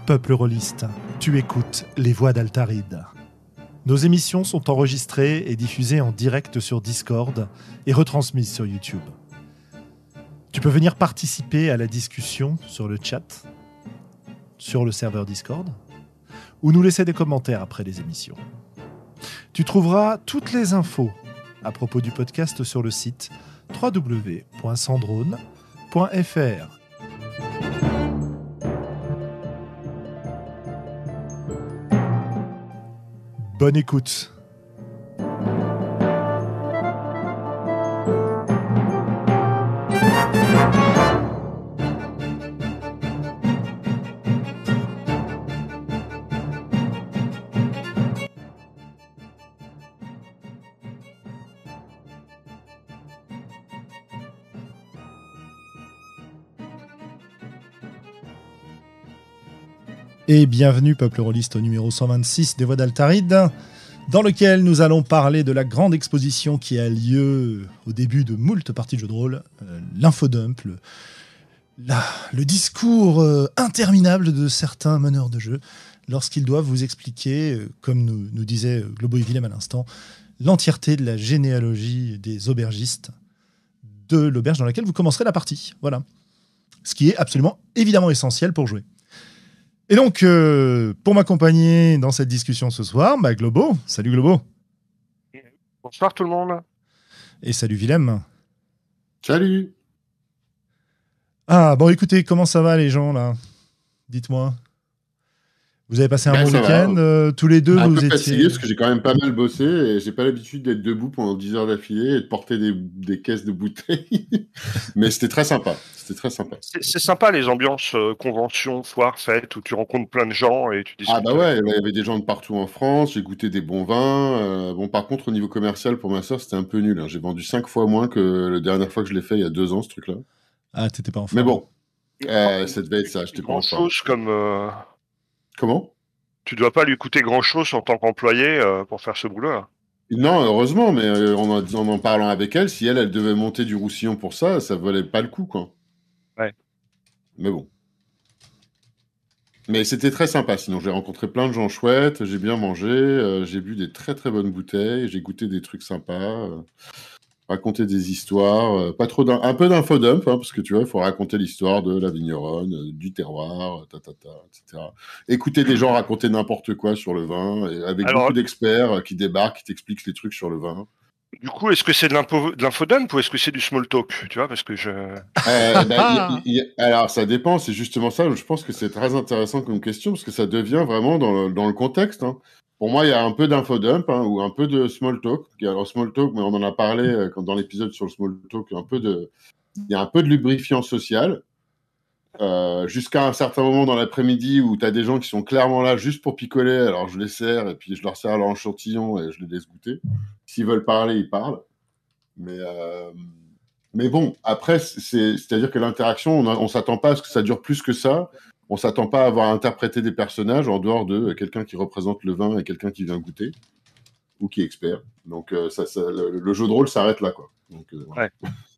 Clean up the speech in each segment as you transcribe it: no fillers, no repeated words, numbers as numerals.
Peuple rôliste, tu écoutes les voix d'Altaride. Nos émissions sont enregistrées et diffusées en direct sur Discord et retransmises sur YouTube. Tu peux venir participer à la discussion sur le chat, sur le serveur Discord, ou nous laisser des commentaires après les émissions. Tu trouveras toutes les infos à propos du podcast sur le site www.sandrone.fr. Bonne écoute. Et bienvenue, peuple rôliste, au numéro 126 des Voix d'Altaride, dans lequel nous allons parler de la grande exposition qui a lieu au début de moult parties de jeux de rôle, l'infodump, le discours interminable de certains meneurs de jeu, lorsqu'ils doivent vous expliquer, comme nous disait Globo et Willem à l'instant, l'entièreté de la généalogie des aubergistes de l'auberge dans laquelle vous commencerez la partie. Voilà. Ce qui est absolument, évidemment essentiel pour jouer. Et donc, pour m'accompagner dans cette discussion ce soir, Globo. Salut Globo. Bonsoir tout le monde. Et salut Willem. Salut. Ah, bon écoutez, comment ça va les gens là ? Dites-moi. Vous avez passé un bon week-end tous les deux, un vous peu étiez... fatigué parce que j'ai quand même pas mal bossé et j'ai pas l'habitude d'être debout pendant 10 heures d'affilée et de porter des caisses de bouteilles. Mais c'était très sympa. C'est sympa les ambiances conventions, foires, fêtes où tu rencontres plein de gens et tu discutes. Ah bah ouais, il y avait des gens de partout en France, j'ai goûté des bons vins. Bon, par contre, au niveau commercial, pour ma soeur, c'était un peu nul. Hein. J'ai vendu 5 fois moins que la dernière fois que je l'ai fait il y a 2 ans, ce truc-là. Ah, t'étais pas en forme. Mais bon, ça devait être ça, j'étais pas en forme. Comme... Comment ? Tu dois pas lui coûter grand-chose en tant qu'employé pour faire ce boulot-là. Non, heureusement, mais en parlant avec elle, si elle devait monter du Roussillon pour ça valait pas le coup, quoi. Ouais. Mais bon. Mais c'était très sympa, sinon j'ai rencontré plein de gens chouettes, j'ai bien mangé, j'ai bu des très très bonnes bouteilles, j'ai goûté des trucs sympas, raconté des histoires, un peu d'infodump, hein, parce que tu vois, il faut raconter l'histoire de la vigneronne, du terroir, etc. Écouter des gens raconter n'importe quoi sur le vin, et avec beaucoup d'experts qui débarquent, qui t'expliquent les trucs sur le vin. Du coup, est-ce que c'est de l'infodump ou est-ce que c'est du small talk ? Tu vois, parce que alors, ça dépend, c'est justement ça. Je pense que c'est très intéressant comme question, parce que ça devient vraiment dans le contexte. Hein. Pour moi, il y a un peu d'infodump ou un peu de small talk. Alors, small talk, mais on en a parlé dans l'épisode sur le small talk, il y a un peu de lubrifiant social. Jusqu'à un certain moment dans l'après-midi où tu as des gens qui sont clairement là juste pour picoler, alors je les sers et puis je leur sers leur échantillon et je les laisse goûter. S'ils veulent parler, ils parlent. Mais bon, après, c'est-à-dire que l'interaction, on s'attend pas à ce que ça dure plus que ça. On s'attend pas à avoir interprété des personnages en dehors de quelqu'un qui représente le vin et quelqu'un qui vient goûter ou qui est expert. Donc le jeu de rôle s'arrête là, quoi. Donc, ouais.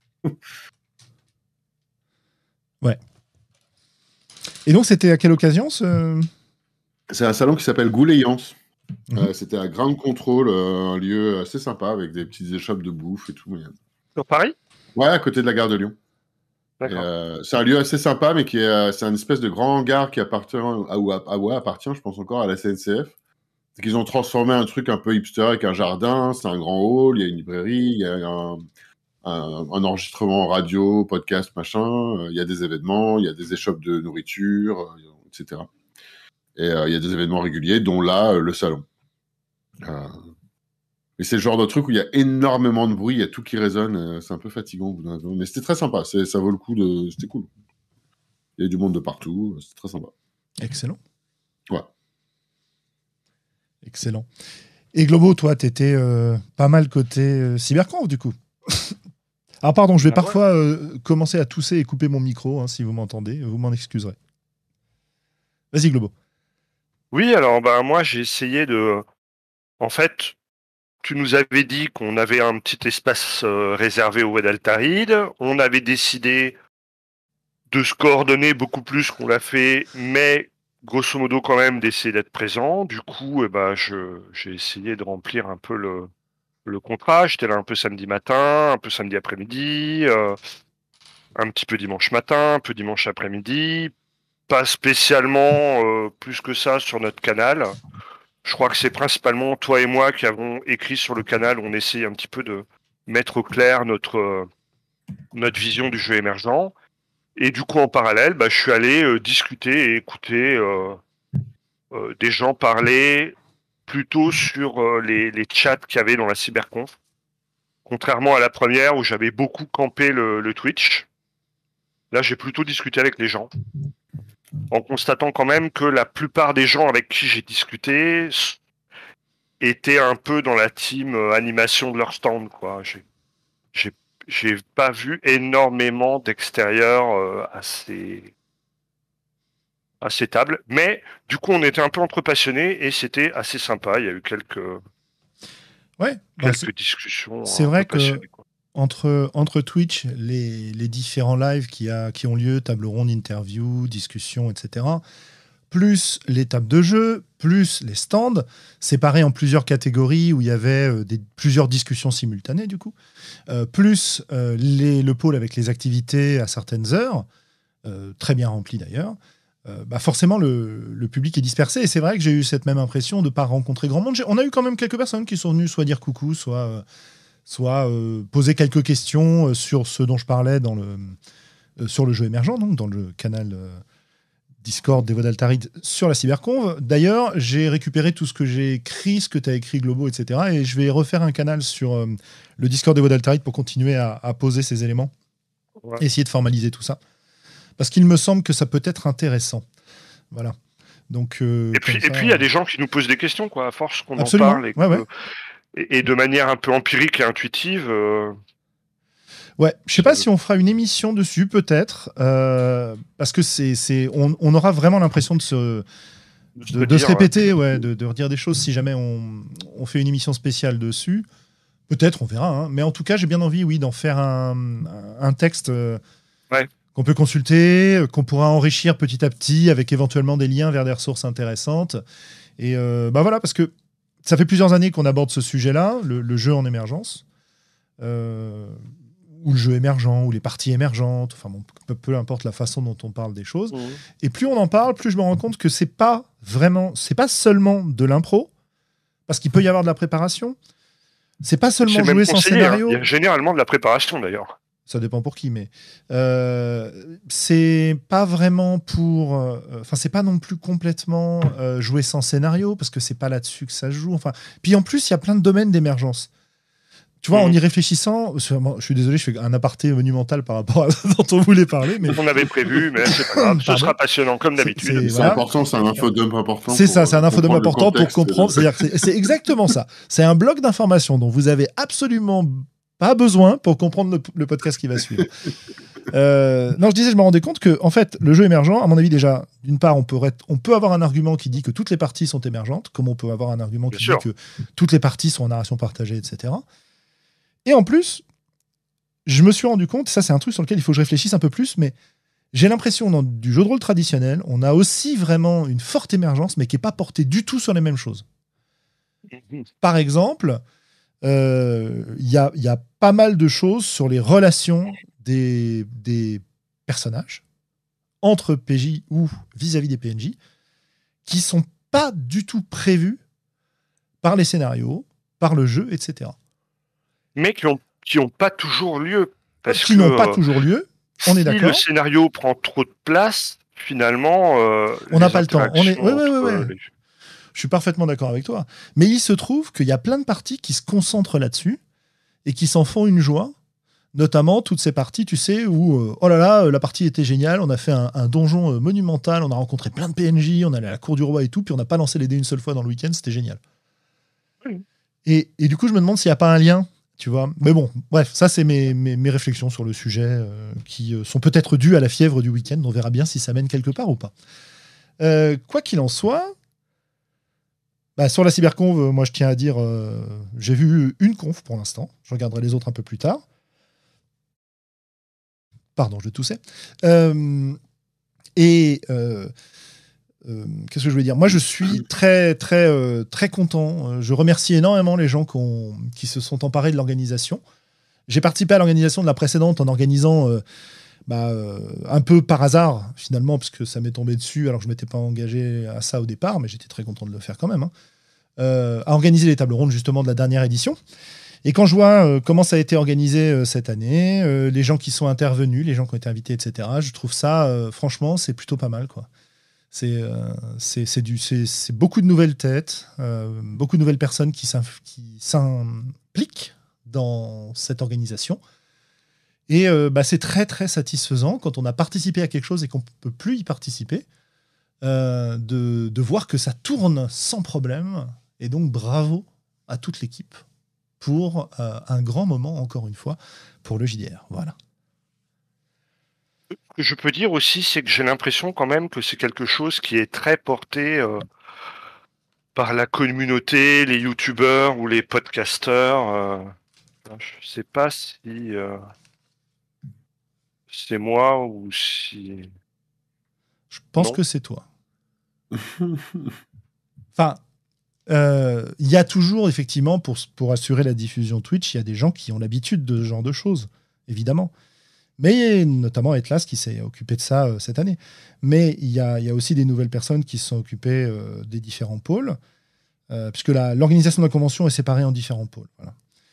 Ouais. Et donc, c'était à quelle occasion C'est un salon qui s'appelle Gouléance. C'était à Ground Control, un lieu assez sympa avec des petites échoppes de bouffe et tout. Sur Paris ? Ouais, à côté de la gare de Lyon. C'est un lieu assez sympa, mais c'est un espèce de grand hangar qui appartient, je pense encore, à la SNCF. C'est qu'ils ont transformé un truc un peu hipster avec un jardin, c'est un grand hall, il y a une librairie, il y a un enregistrement radio, podcast, machin, il y a des événements, il y a des échoppes de nourriture, etc. Et il y a des événements réguliers, dont là, le salon. Et c'est le genre de truc où il y a énormément de bruit, il y a tout qui résonne, c'est un peu fatigant au bout d'un moment. Mais c'était très sympa, ça vaut le coup c'était cool. Il y a du monde de partout, c'était très sympa. Excellent. Ouais. Excellent. Et Globo, toi, t'étais pas mal côté cyberconf, du coup. Alors pardon, je vais parfois commencer à tousser et couper mon micro, hein, si vous m'entendez, vous m'en excuserez. Vas-y, Globo. Oui, alors moi j'ai essayé de... En fait, tu nous avais dit qu'on avait un petit espace réservé au Voix d'Altaride. On avait décidé de se coordonner beaucoup plus qu'on l'a fait, mais grosso modo quand même d'essayer d'être présent. Du coup, j'ai essayé de remplir un peu le contrat. J'étais là un peu samedi matin, un peu samedi après-midi, un petit peu dimanche matin, un peu dimanche après-midi. Pas spécialement plus que ça sur notre canal. Je crois que c'est principalement toi et moi qui avons écrit sur le canal. On essaye un petit peu de mettre au clair notre vision du jeu émergent. Et du coup, en parallèle, je suis allé discuter et écouter des gens parler plutôt sur les chats qu'il y avait dans la cyberconf. Contrairement à la première où j'avais beaucoup campé le Twitch, là j'ai plutôt discuté avec les gens, en constatant quand même que la plupart des gens avec qui j'ai discuté étaient un peu dans la team animation de leur stand, quoi. J'ai, j'ai pas vu énormément d'extérieur à ces tables, mais du coup on était un peu entre passionnés et c'était assez sympa. Il y a eu quelques discussions c'est un vrai peu passionnées, quoi. Entre Twitch, les différents lives qui ont lieu, table ronde, interview, discussion, etc., plus les tables de jeu, plus les stands, séparés en plusieurs catégories où il y avait plusieurs discussions simultanées, du coup, plus le pôle avec les activités à certaines heures, très bien rempli d'ailleurs. Forcément, le public est dispersé. Et c'est vrai que j'ai eu cette même impression de ne pas rencontrer grand monde. On a eu quand même quelques personnes qui sont venues soit dire coucou, soit poser quelques questions sur ce dont je parlais sur le jeu émergent, donc dans le canal Discord des Voix d'Altaride sur la cyberconve. D'ailleurs, j'ai récupéré tout ce que j'ai écrit, ce que tu as écrit, Globo, etc. Et je vais refaire un canal sur le Discord des Voix d'Altaride pour continuer à poser ces éléments, essayer de formaliser tout ça. Parce qu'il me semble que ça peut être intéressant. Voilà. Donc, et puis il y a des gens qui nous posent des questions, quoi, à force qu'on en Absolument. parle et de manière un peu empirique et intuitive. Ouais, je sais pas si on fera une émission dessus, peut-être, parce que on aura vraiment l'impression de se répéter, de redire des choses si jamais on fait une émission spéciale dessus. Peut-être, on verra. Hein. Mais en tout cas, j'ai bien envie, oui, d'en faire un texte qu'on peut consulter, qu'on pourra enrichir petit à petit avec éventuellement des liens vers des ressources intéressantes. Et voilà, parce que ça fait plusieurs années qu'on aborde ce sujet-là, le jeu en émergence. Ou le jeu émergent, ou les parties émergentes, enfin bon, peu importe la façon dont on parle des choses. Mmh. Et plus on en parle, plus je me rends compte que c'est pas seulement de l'impro, parce qu'il peut y avoir de la préparation. C'est pas seulement jouer sans scénario. Il y a généralement de la préparation d'ailleurs. Ça dépend pour qui, mais c'est pas vraiment c'est pas non plus complètement jouer sans scénario, parce que c'est pas là-dessus que ça se joue. Enfin, puis en plus, il y a plein de domaines d'émergence. Tu vois, en y réfléchissant, je suis désolé, je fais un aparté monumental par rapport à ce dont on voulait parler. Mais... On avait prévu, mais c'est pas grave. Ce sera passionnant, comme d'habitude. C'est important, c'est un infodump important. C'est ça, c'est un infodump important pour comprendre. C'est exactement ça. C'est un bloc d'informations dont vous avez absolument pas besoin pour comprendre le podcast qui va suivre. Non, je disais, je me rendais compte que, en fait, le jeu émergent, à mon avis, déjà, d'une part, on peut avoir un argument qui dit que toutes les parties sont émergentes, comme on peut avoir un argument qui dit que toutes les parties sont en narration partagée, etc. Et en plus, je me suis rendu compte, ça c'est un truc sur lequel il faut que je réfléchisse un peu plus, mais j'ai l'impression dans du jeu de rôle traditionnel, on a aussi vraiment une forte émergence, mais qui n'est pas portée du tout sur les mêmes choses. Par exemple, il y a pas mal de choses sur les relations des personnages entre PJ ou vis-à-vis des PNJ qui sont pas du tout prévues par les scénarios, par le jeu, etc. Mais qui ont pas toujours lieu. Qui n'ont pas toujours lieu, on est d'accord. Si le scénario prend trop de place, finalement... on n'a pas le temps. Je suis parfaitement d'accord avec toi. Mais il se trouve qu'il y a plein de parties qui se concentrent là-dessus et qui s'en font une joie. Notamment toutes ces parties, tu sais, où oh là là, la partie était géniale, on a fait un donjon monumental, on a rencontré plein de PNJ, on allait à la cour du roi et tout, puis on n'a pas lancé les dés une seule fois dans le week-end, c'était génial. Oui. Et du coup, je me demande s'il n'y a pas un lien, tu vois. Mais bon, bref, ça c'est mes réflexions sur le sujet qui sont peut-être dues à la fièvre du week-end. On verra bien si ça mène quelque part ou pas. Quoi qu'il en soit, sur la cyberconve, moi je tiens à dire, j'ai vu une conf pour l'instant. Je regarderai les autres un peu plus tard. Pardon, je toussais. qu'est-ce que je veux dire ? Moi, je suis très, très, très content. Je remercie énormément les gens qui se sont emparés de l'organisation. J'ai participé à l'organisation de la précédente en organisant un peu par hasard, finalement, parce que ça m'est tombé dessus, alors que je ne m'étais pas engagé à ça au départ, mais j'étais très content de le faire quand même, à organiser les tables rondes, justement, de la dernière édition. Et quand je vois comment ça a été organisé cette année, les gens qui sont intervenus, les gens qui ont été invités, etc., je trouve ça, franchement, c'est plutôt pas mal, quoi. C'est beaucoup de nouvelles têtes, beaucoup de nouvelles personnes qui s'impliquent dans cette organisation. Et c'est très, très satisfaisant quand on a participé à quelque chose et qu'on ne peut plus y participer, de voir que ça tourne sans problème. Et donc, bravo à toute l'équipe pour un grand moment, encore une fois, pour le JDR. Voilà. Ce que je peux dire aussi, c'est que j'ai l'impression quand même que c'est quelque chose qui est très porté par la communauté, les youtubeurs ou les podcasteurs. Je sais pas si c'est moi ou si... Je pense Non. que c'est toi. Enfin, il y a toujours, effectivement, pour assurer la diffusion Twitch, il y a des gens qui ont l'habitude de ce genre de choses, évidemment. Mais notamment Atlas qui s'est occupé de ça cette année. Mais il y a aussi des nouvelles personnes qui se sont occupées des différents pôles, puisque l'organisation de la convention est séparée en différents pôles. Voilà.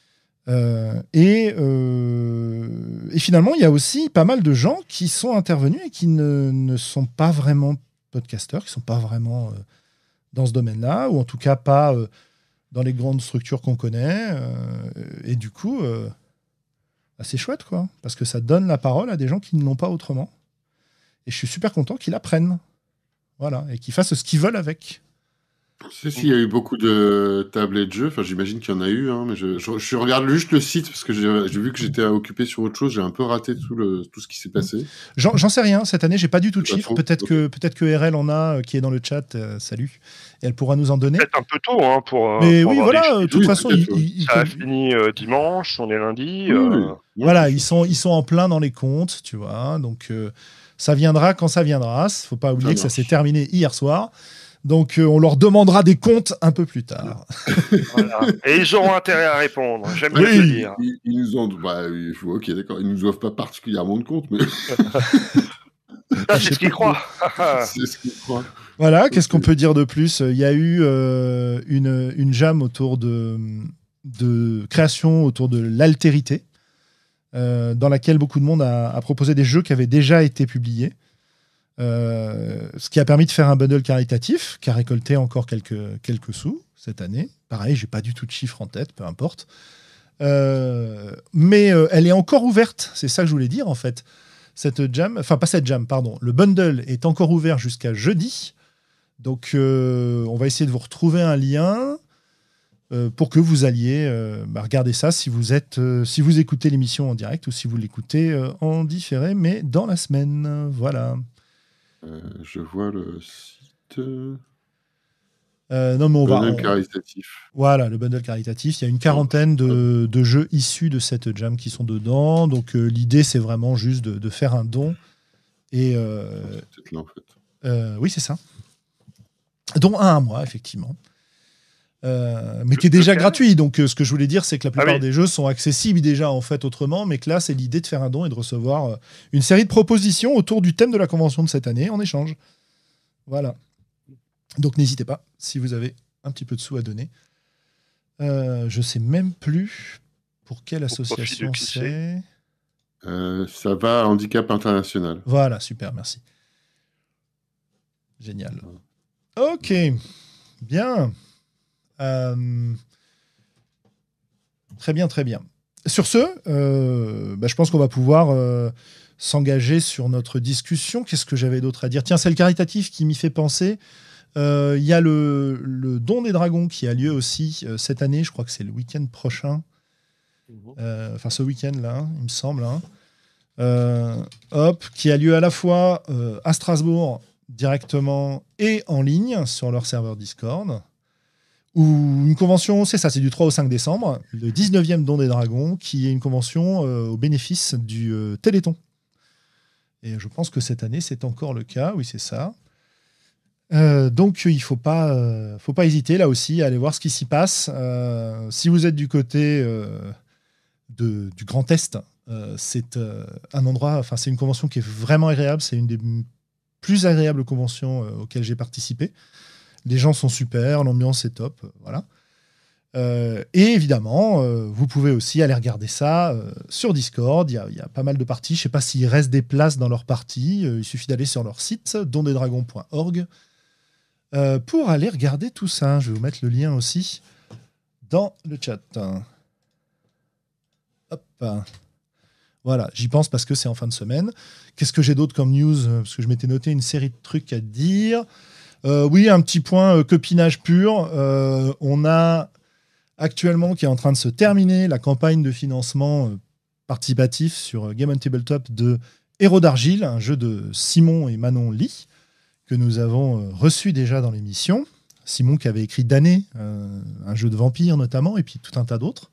Et finalement, il y a aussi pas mal de gens qui sont intervenus et qui ne sont pas vraiment podcasteurs, qui ne sont pas vraiment dans ce domaine-là, ou en tout cas pas dans les grandes structures qu'on connaît. Et du coup, c'est chouette, quoi, parce que ça donne la parole à des gens qui ne l'ont pas autrement. Et je suis super content qu'ils apprennent. Voilà, et qu'ils fassent ce qu'ils veulent avec. Il y a eu beaucoup de tablets de jeux, enfin j'imagine qu'il y en a eu, hein, mais je regarde juste le site parce que j'ai vu que j'étais occupé sur autre chose, j'ai un peu raté tout ce qui s'est passé. J'en sais rien, cette année j'ai pas du tout de Pas chiffres, trop. peut-être que RL en a, qui est dans le chat, salut, et elle pourra nous en donner. Peut-être un peu tôt pour. Mais pour oui, avoir voilà, des de toute Oui, façon, peut-être, Ça a fini dimanche, on est lundi. Oui. voilà, c'est sûr. ils sont en plein dans les comptes, tu vois, donc ça viendra quand ça viendra. Faut pas oublier que ça marche. s'est terminé hier soir. Donc, on leur demandera des comptes un peu plus tard. Voilà. Et ils auront intérêt à répondre, j'aime bien Oui. le dire. Ils nous ont, ok, d'accord, ils nous offrent pas particulièrement de compte, mais Ça, c'est ce qu'ils croient. c'est ce qu'ils croient. Voilà, qu'est-ce qu'on peut dire de plus ? Il y a eu une jam autour de création autour de l'altérité, dans laquelle beaucoup de monde a proposé des jeux qui avaient déjà été publiés. Ce qui a permis de faire un bundle caritatif qui a récolté encore quelques sous cette année. Pareil, j'ai pas du tout de chiffres en tête, peu importe. Mais elle est encore ouverte, c'est ça que je voulais dire en fait. Cette jam, enfin pas cette jam, pardon. Le bundle est encore ouvert jusqu'à jeudi. Donc on va essayer de vous retrouver un lien pour que vous alliez regarder ça si vous écoutez l'émission en direct ou si vous l'écoutez en différé, mais dans la semaine. Voilà. Je vois le site. Non, mais on Bundle va. caritatif. Voilà, le bundle caritatif. Il y a une quarantaine de jeux issus de cette jam qui sont dedans. Donc l'idée, c'est vraiment juste de faire un don. Et C'est peut-être là, en fait. oui, c'est ça. Dont un à moi, effectivement. Mais qui est déjà gratuit. Donc ce que je voulais dire, c'est que la plupart des jeux sont accessibles déjà en fait autrement. Mais que là, c'est l'idée de faire un don et de recevoir une série de propositions autour du thème de la convention de cette année en échange. Voilà. Donc n'hésitez pas, si vous avez un petit peu de sous à donner. Je sais même plus pour quelle association c'est. Ça va à Handicap International. Voilà, super, merci. Génial. Ok, bien. Très bien, très bien. Sur ce, je pense qu'on va pouvoir s'engager sur notre discussion. Qu'est-ce que j'avais d'autre à dire ? Tiens, c'est le caritatif qui m'y fait penser. Il y a le Don des Dragons qui a lieu aussi cette année. Je crois que c'est le week-end prochain. Enfin, ce week-end-là, il me semble. Qui a lieu à la fois à Strasbourg directement et en ligne sur leur serveur Discord. Ou une convention, c'est ça, c'est du 3 au 5 décembre, le 19e Don des Dragons, qui est une convention au bénéfice du Téléthon. Et je pense que cette année, c'est encore le cas. Oui, c'est ça. Donc il faut pas hésiter là aussi à aller voir ce qui s'y passe. Si vous êtes du côté du Grand Est, c'est un endroit, enfin c'est une convention qui est vraiment agréable. C'est une des plus agréables conventions auxquelles j'ai participé. Les gens sont super, l'ambiance est top, voilà. Et évidemment, vous pouvez aussi aller regarder ça sur Discord. Il y a pas mal de parties. Je ne sais pas s'il reste des places dans leurs parties. Il suffit d'aller sur leur site, dondedragons.org, pour aller regarder tout ça. Je vais vous mettre le lien aussi dans le chat. Hop. Voilà, j'y pense parce que c'est en fin de semaine. Qu'est-ce que j'ai d'autre comme news? Parce que je m'étais noté une série de trucs à dire. Oui, un petit point copinage pur. On a actuellement qui est en train de se terminer la campagne de financement participatif sur Game on Tabletop de Héros d'Argile, un jeu de Simon et Manon Lee, que nous avons reçu déjà dans l'émission. Simon qui avait écrit Damné, un jeu de vampire notamment, et puis tout un tas d'autres.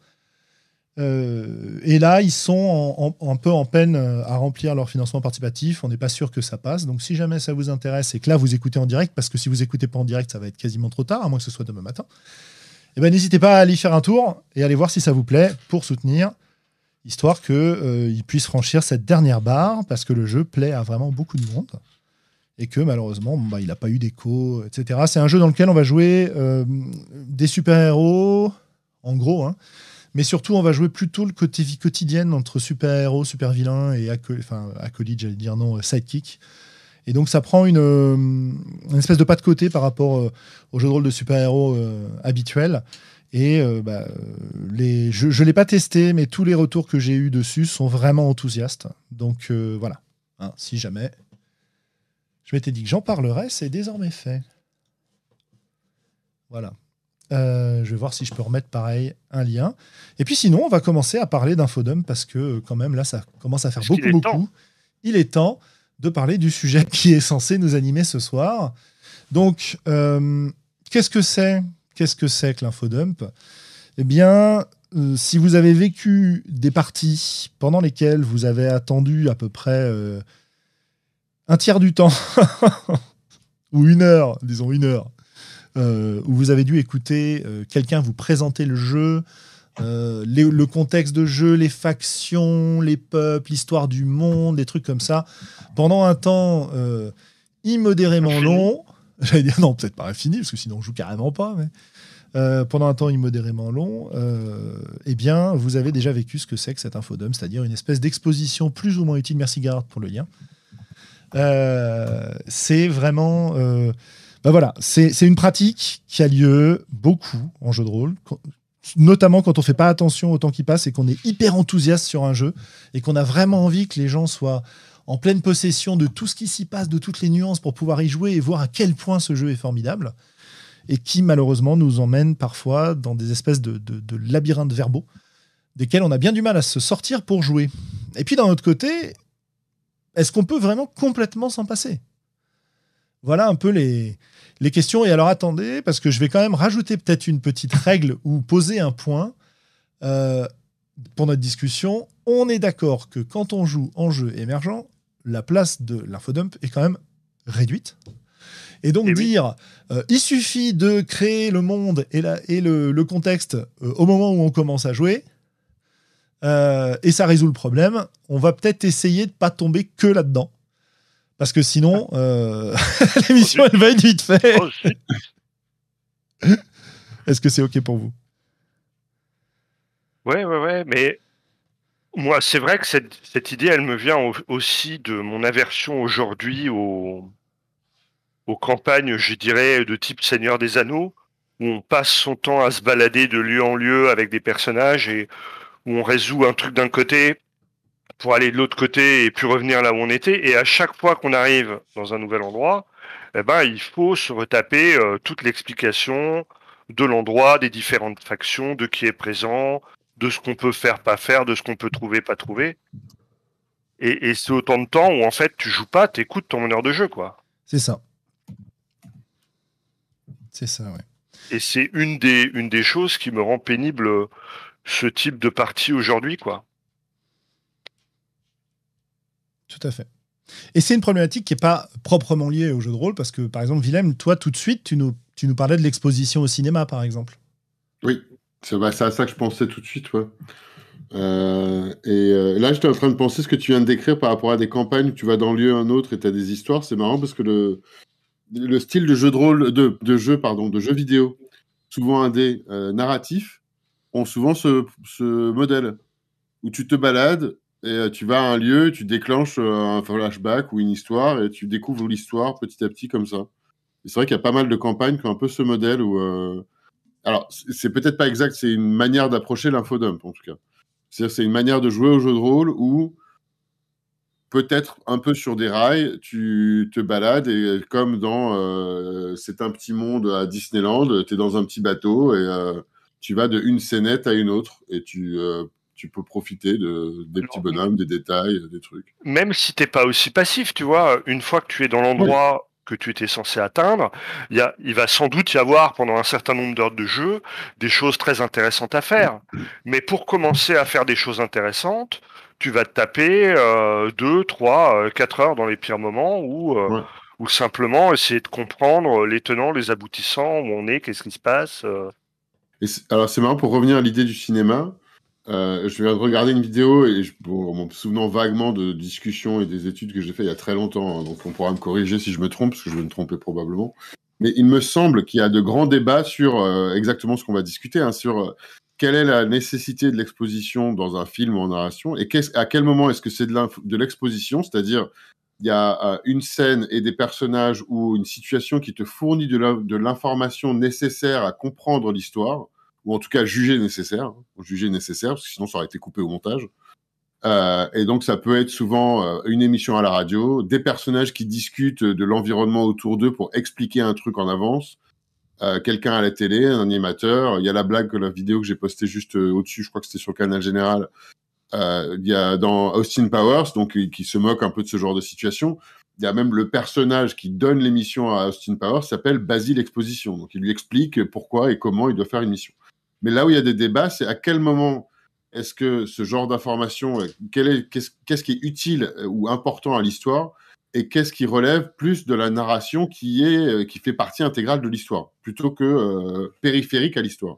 Et là, ils sont un peu en peine à remplir leur financement participatif. On n'est pas sûr que ça passe. Donc, si jamais ça vous intéresse et que là, vous écoutez en direct, parce que si vous écoutez pas en direct, ça va être quasiment trop tard, à moins que ce soit demain matin, eh ben, n'hésitez pas à aller faire un tour et aller voir si ça vous plaît pour soutenir, histoire qu'ils puissent franchir cette dernière barre, parce que le jeu plaît à vraiment beaucoup de monde et que malheureusement, il n'a pas eu d'écho, etc. C'est un jeu dans lequel on va jouer des super-héros, en gros, hein. Mais surtout, on va jouer plutôt le côté vie quotidienne entre super-héros, super-vilains et acolytes, j'allais dire non, sidekick. Et donc, ça prend une espèce de pas de côté par rapport au jeu de rôle de super-héros habituel. Et je ne l'ai pas testé, mais tous les retours que j'ai eus dessus sont vraiment enthousiastes. Donc, voilà. Hein, si jamais je m'étais dit que j'en parlerais, c'est désormais fait. Voilà. Je vais voir si je peux remettre pareil un lien. Et puis sinon, on va commencer à parler d'Infodump parce que quand même là, ça commence à faire beaucoup. Il est temps de parler du sujet qui est censé nous animer ce soir. Donc, qu'est-ce que c'est que l'Infodump? Eh bien, si vous avez vécu des parties pendant lesquelles vous avez attendu à peu près un tiers du temps, ou une heure, disons une heure, où vous avez dû écouter quelqu'un vous présenter le jeu, le contexte de jeu, les factions, les peuples, l'histoire du monde, des trucs comme ça, pendant un temps immodérément long. J'allais dire non, peut-être pas infini, parce que sinon on joue carrément pas, mais pendant un temps immodérément long, eh bien, vous avez déjà vécu ce que c'est que cet Infodump, c'est-à-dire une espèce d'exposition plus ou moins utile. Merci Garard pour le lien. C'est vraiment... voilà, c'est une pratique qui a lieu beaucoup en jeu de rôle, notamment quand on fait pas attention au temps qui passe et qu'on est hyper enthousiaste sur un jeu et qu'on a vraiment envie que les gens soient en pleine possession de tout ce qui s'y passe, de toutes les nuances pour pouvoir y jouer et voir à quel point ce jeu est formidable, et qui malheureusement nous emmène parfois dans des espèces de labyrinthes verbaux desquels on a bien du mal à se sortir pour jouer. Et puis d'un autre côté, est-ce qu'on peut vraiment complètement s'en passer ? Voilà un peu les questions. Et alors attendez, parce que je vais quand même rajouter peut-être une petite règle ou poser un point pour notre discussion. On est d'accord que quand on joue en jeu émergent, la place de l'Infodump est quand même réduite. Et donc dire, il suffit de créer le monde et le contexte au moment où on commence à jouer, et ça résout le problème. On va peut-être essayer de ne pas tomber que là-dedans. Parce que sinon, l'émission, elle va être vite faite. Est-ce que c'est OK pour vous ? Ouais. Mais moi, c'est vrai que cette idée, elle me vient aussi de mon aversion aujourd'hui aux campagnes, je dirais, de type Seigneur des Anneaux, où on passe son temps à se balader de lieu en lieu avec des personnages et où on résout un truc d'un côté pour aller de l'autre côté et puis revenir là où on était. Et à chaque fois qu'on arrive dans un nouvel endroit, il faut se retaper toute l'explication de l'endroit, des différentes factions, de qui est présent, de ce qu'on peut faire, pas faire, de ce qu'on peut trouver, pas trouver. Et c'est autant de temps où en fait tu joues pas, t'écoutes ton meneur de jeu, quoi. C'est ça. C'est ça, ouais. Et c'est une des choses qui me rend pénible ce type de partie aujourd'hui, quoi. Tout à fait. Et c'est une problématique qui n'est pas proprement liée au jeu de rôle, parce que, par exemple, Willem, toi, tout de suite, tu nous parlais de l'exposition au cinéma, par exemple. Oui, c'est à ça que je pensais tout de suite, ouais. Là, j'étais en train de penser ce que tu viens de décrire par rapport à des campagnes où tu vas d'un lieu à un autre et tu as des histoires. C'est marrant parce que le style de jeu de rôle, de jeu vidéo, souvent indé, narratif, ont souvent ce modèle où tu te balades et tu vas à un lieu, tu déclenches un flashback ou une histoire et tu découvres l'histoire petit à petit comme ça. Et c'est vrai qu'il y a pas mal de campagnes qui ont un peu ce modèle où... Alors, c'est peut-être pas exact, c'est une manière d'approcher l'infodump en tout cas. C'est-à-dire c'est une manière de jouer au jeu de rôle où peut-être un peu sur des rails, tu te balades et comme dans C'est un petit monde à Disneyland, tu es dans un petit bateau et tu vas de une scénette à une autre et tu peux profiter des petits bonhommes, des détails, des trucs. Même si t'es pas aussi passif, tu vois, une fois que tu es dans l'endroit que tu étais censé atteindre, il va sans doute y avoir pendant un certain nombre d'heures de jeu des choses très intéressantes à faire. Mais pour commencer à faire des choses intéressantes, tu vas te taper 2, 3, 4 heures dans les pires moments ou simplement essayer de comprendre les tenants, les aboutissants, où on est, qu'est-ce qui se passe. Alors c'est marrant, pour revenir à l'idée du cinéma, je viens de regarder une vidéo et en me souvenant vaguement de discussions et des études que j'ai fait il y a très longtemps, hein, donc on pourra me corriger si je me trompe, parce que je vais me tromper probablement. Mais il me semble qu'il y a de grands débats sur exactement ce qu'on va discuter, hein, sur quelle est la nécessité de l'exposition dans un film ou en narration et à quel moment est-ce que c'est de l'exposition, c'est-à-dire il y a une scène et des personnages ou une situation qui te fournit de l'information nécessaire à comprendre l'histoire, ou en tout cas juger nécessaire, parce que sinon ça aurait été coupé au montage. Et donc ça peut être souvent une émission à la radio, des personnages qui discutent de l'environnement autour d'eux pour expliquer un truc en avance, quelqu'un à la télé, un animateur. Il y a la blague, la vidéo que j'ai postée juste au-dessus, je crois que c'était sur le canal général. Il y a dans Austin Powers, donc qui se moque un peu de ce genre de situation. Il y a même le personnage qui donne l'émission à Austin Powers s'appelle Basil Exposition, donc il lui explique pourquoi et comment il doit faire une mission. Mais là où il y a des débats, c'est à quel moment est-ce que ce genre d'information, qu'est-ce qui est utile ou important à l'histoire, et qu'est-ce qui relève plus de la narration qui fait partie intégrale de l'histoire, plutôt que périphérique à l'histoire.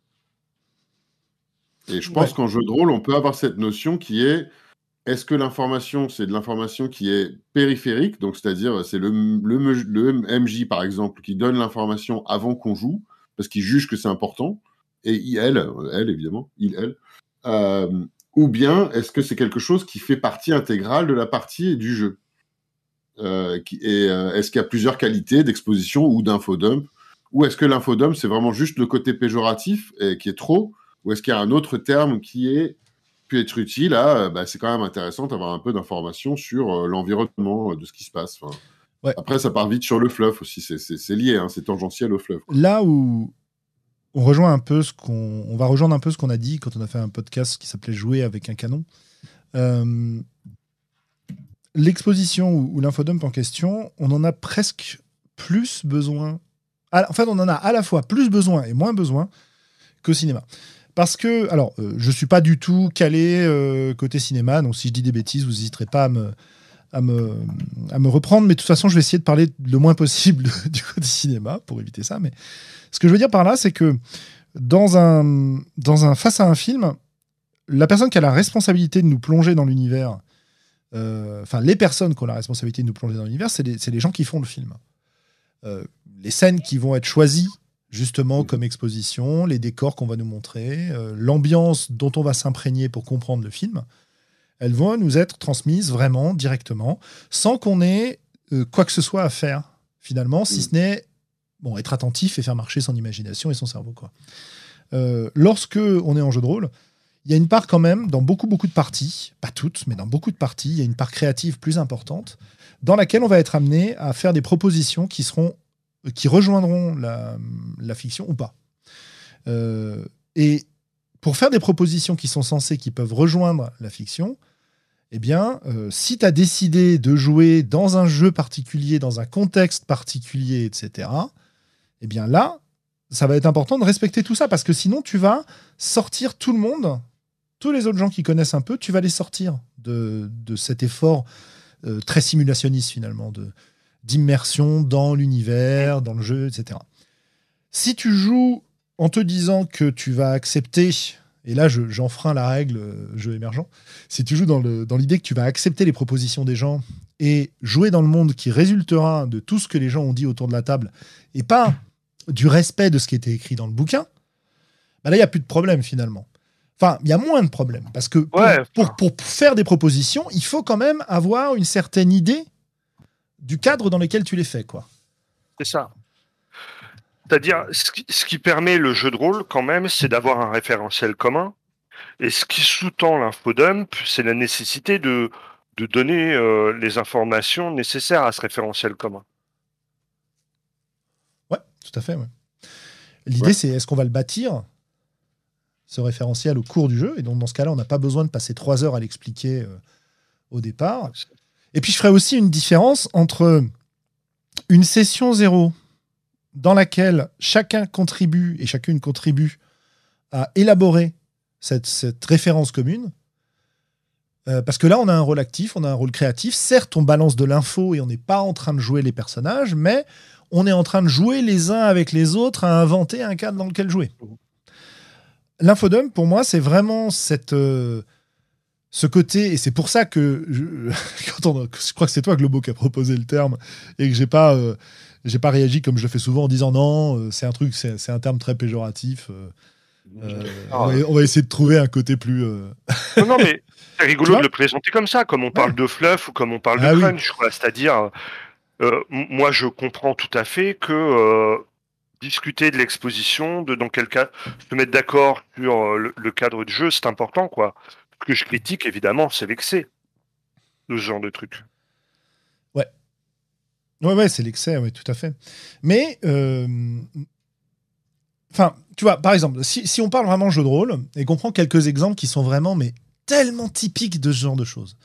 Et je pense qu'en jeu de rôle, on peut avoir cette notion qui est-ce que l'information, c'est de l'information qui est périphérique, donc c'est-à-dire c'est le MJ par exemple qui donne l'information avant qu'on joue, parce qu'il juge que c'est important, et elle évidemment, elle, ou bien est-ce que c'est quelque chose qui fait partie intégrale de la partie et du jeu, est-ce qu'il y a plusieurs qualités d'exposition ou d'infodump, ou est-ce que l'infodump c'est vraiment juste le côté péjoratif et qui est trop, ou est-ce qu'il y a un autre terme qui peut être utile c'est quand même intéressant d'avoir un peu d'informations sur l'environnement de ce qui se passe. Enfin, après, ça part vite sur le fluff aussi, c'est lié, hein, c'est tangentiel au fluff. Là où on rejoint un peu on va rejoindre un peu ce qu'on a dit quand on a fait un podcast qui s'appelait Jouer avec un canon. L'exposition ou l'infodump en question, on en a presque plus besoin. En fait, on en a à la fois plus besoin et moins besoin qu'au cinéma. Parce que, alors, je suis pas du tout calé côté cinéma, donc si je dis des bêtises, vous n'hésiterez pas à me reprendre, mais de toute façon, je vais essayer de parler le moins possible du côté cinéma pour éviter ça. Mais ce que je veux dire par là, c'est que face à un film, la personne qui a la responsabilité de nous plonger dans l'univers, les personnes qui ont la responsabilité de nous plonger dans l'univers, c'est les gens qui font le film. Les scènes qui vont être choisies justement comme exposition, les décors qu'on va nous montrer, l'ambiance dont on va s'imprégner pour comprendre le film, elles vont nous être transmises vraiment directement, sans qu'on ait quoi que ce soit à faire, finalement, si ce n'est être attentif et faire marcher son imagination et son cerveau, quoi. Lorsque on est en jeu de rôle, il y a une part quand même, dans beaucoup de parties, pas toutes, mais dans beaucoup de parties, il y a une part créative plus importante, dans laquelle on va être amené à faire des propositions qui rejoindront la fiction ou pas. Et pour faire des propositions qui peuvent rejoindre la fiction, eh bien, si tu as décidé de jouer dans un jeu particulier, dans un contexte particulier, etc., eh bien là, ça va être important de respecter tout ça, parce que sinon, tu vas sortir tout le monde, tous les autres gens qui connaissent un peu, tu vas les sortir de cet effort très simulationniste finalement, d'immersion dans l'univers, dans le jeu, etc. Si tu joues en te disant que tu vas accepter, et là j'enfreins la règle jeu émergent, si tu joues dans l'idée que tu vas accepter les propositions des gens et jouer dans le monde qui résultera de tout ce que les gens ont dit autour de la table, et pas du respect de ce qui était écrit dans le bouquin, bah là il n'y a plus de problème finalement. Enfin, il y a moins de problèmes, parce que pour faire des propositions, il faut quand même avoir une certaine idée du cadre dans lequel tu les fais, quoi. C'est ça. C'est-à-dire, ce qui permet le jeu de rôle, quand même, c'est d'avoir un référentiel commun. Et ce qui sous-tend l'infodump, c'est la nécessité de donner les informations nécessaires à ce référentiel commun. Ouais, tout à fait. Ouais. L'idée, c'est est-ce qu'on va le bâtir, ce référentiel, au cours du jeu. Et donc, dans ce cas-là, on n'a pas besoin de passer 3 heures à l'expliquer au départ. Et puis, je ferai aussi une différence entre une session 0 dans laquelle chacun contribue et chacune contribue à élaborer cette référence commune. Parce que là, on a un rôle actif, on a un rôle créatif. Certes, on balance de l'info et on n'est pas en train de jouer les personnages, mais on est en train de jouer les uns avec les autres à inventer un cadre dans lequel jouer. L'infodump, pour moi, c'est vraiment ce côté, et c'est pour ça que je crois que c'est toi, Globo, qui a proposé le terme, et que j'ai pas réagi comme je le fais souvent en disant non, c'est un terme très péjoratif. On va essayer de trouver un côté plus. Non, mais c'est rigolo de le présenter comme ça, comme on parle de fluff ou comme on parle de crunch. Oui. C'est-à-dire, moi, je comprends tout à fait que discuter de l'exposition, de dans quel cas se mettre d'accord sur le cadre du jeu, c'est important, quoi. Ce que je critique, évidemment, c'est l'excès de ce genre de truc. Ouais, c'est l'excès, ouais, tout à fait. Mais, tu vois, par exemple, si on parle vraiment jeu de rôle, et qu'on prend quelques exemples qui sont vraiment, mais tellement typiques de ce genre de choses.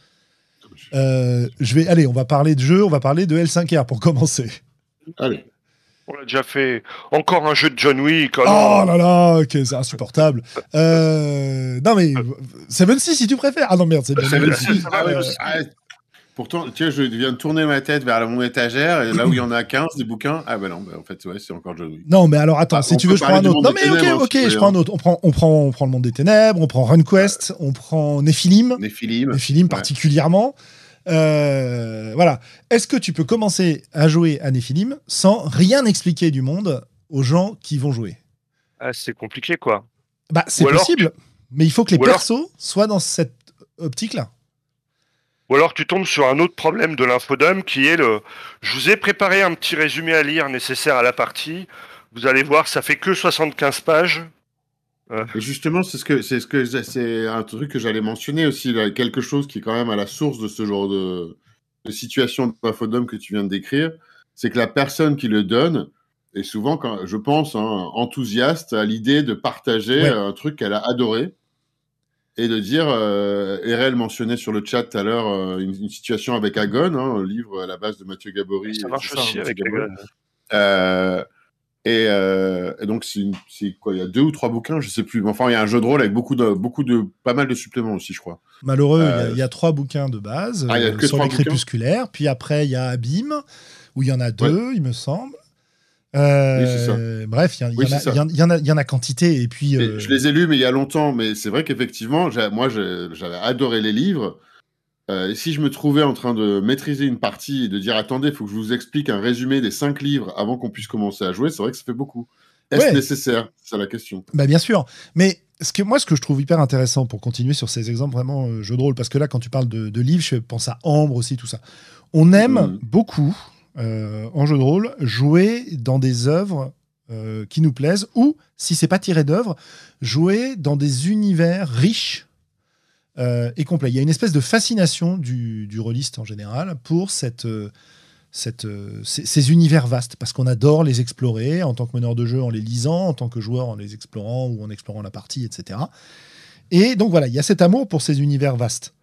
On va parler de jeu, on va parler de L5R pour commencer. Allez. On l'a déjà fait. Encore un jeu de John Wick. Oh là là, ok, c'est insupportable. Non mais, Seven Sea si tu préfères. Ah non merde, c'est bien. Pourtant, tu sais, je viens de tourner ma tête vers mon étagère, et là où il y en a 15 des bouquins, ah bah non, en fait, ouais, c'est encore John Wick. Non, mais alors attends, si tu veux, je prends un autre. Non, mais ok, je prends un autre. On prend le monde des ténèbres, on prend RunQuest, on prend Nephilim particulièrement. Voilà. Est-ce que tu peux commencer à jouer à Nephilim sans rien expliquer du monde aux gens qui vont jouer ? C'est compliqué, quoi. Bah, c'est possible, mais il faut que les persos soient dans cette optique-là. Ou alors tu tombes sur un autre problème de l'infodump qui est je vous ai préparé un petit résumé à lire nécessaire à la partie. Vous allez voir, ça fait que 75 pages. Et justement, c'est un truc que j'allais mentionner aussi, là, quelque chose qui est quand même à la source de ce genre de situation d'infodump que tu viens de décrire, c'est que la personne qui le donne est souvent, je pense, enthousiaste à l'idée de partager un truc qu'elle a adoré. Et de dire, Erel mentionnait sur le chat tout à l'heure une situation avec Agon, un livre à la base de Mathieu Gabory. Ça marche aussi avec Agon. Et donc, c'est quoi ? Il y a 2 ou 3 bouquins, je sais plus. Mais enfin, il y a un jeu de rôle avec pas mal de suppléments aussi, je crois. Malheureux, il y a 3 bouquins de base sur les crépusculaires. Puis après, il y a Abîme, où il y en a 2, il me semble. Oui, c'est ça. Bref, il y en a quantité. Et puis, je les ai lus, mais il y a longtemps. Mais c'est vrai qu'effectivement, moi, j'avais adoré les livres. Et si je me trouvais en train de maîtriser une partie et de dire attendez, il faut que je vous explique un résumé des 5 livres avant qu'on puisse commencer à jouer, c'est vrai que ça fait beaucoup. Est-ce nécessaire ? C'est ça la question. Bah, bien sûr. Mais ce que je trouve hyper intéressant pour continuer sur ces exemples vraiment jeux de rôle, parce que là, quand tu parles de livres, je pense à Ambre aussi, tout ça. On aime beaucoup. En jeu de rôle, jouer dans des œuvres qui nous plaisent, ou, si c'est pas tiré d'œuvres, jouer dans des univers riches et complets. Il y a une espèce de fascination du rôliste en général pour ces univers vastes, parce qu'on adore les explorer en tant que meneur de jeu en les lisant, en tant que joueur en les explorant ou en explorant la partie, etc. Et donc voilà, il y a cet amour pour ces univers vastes.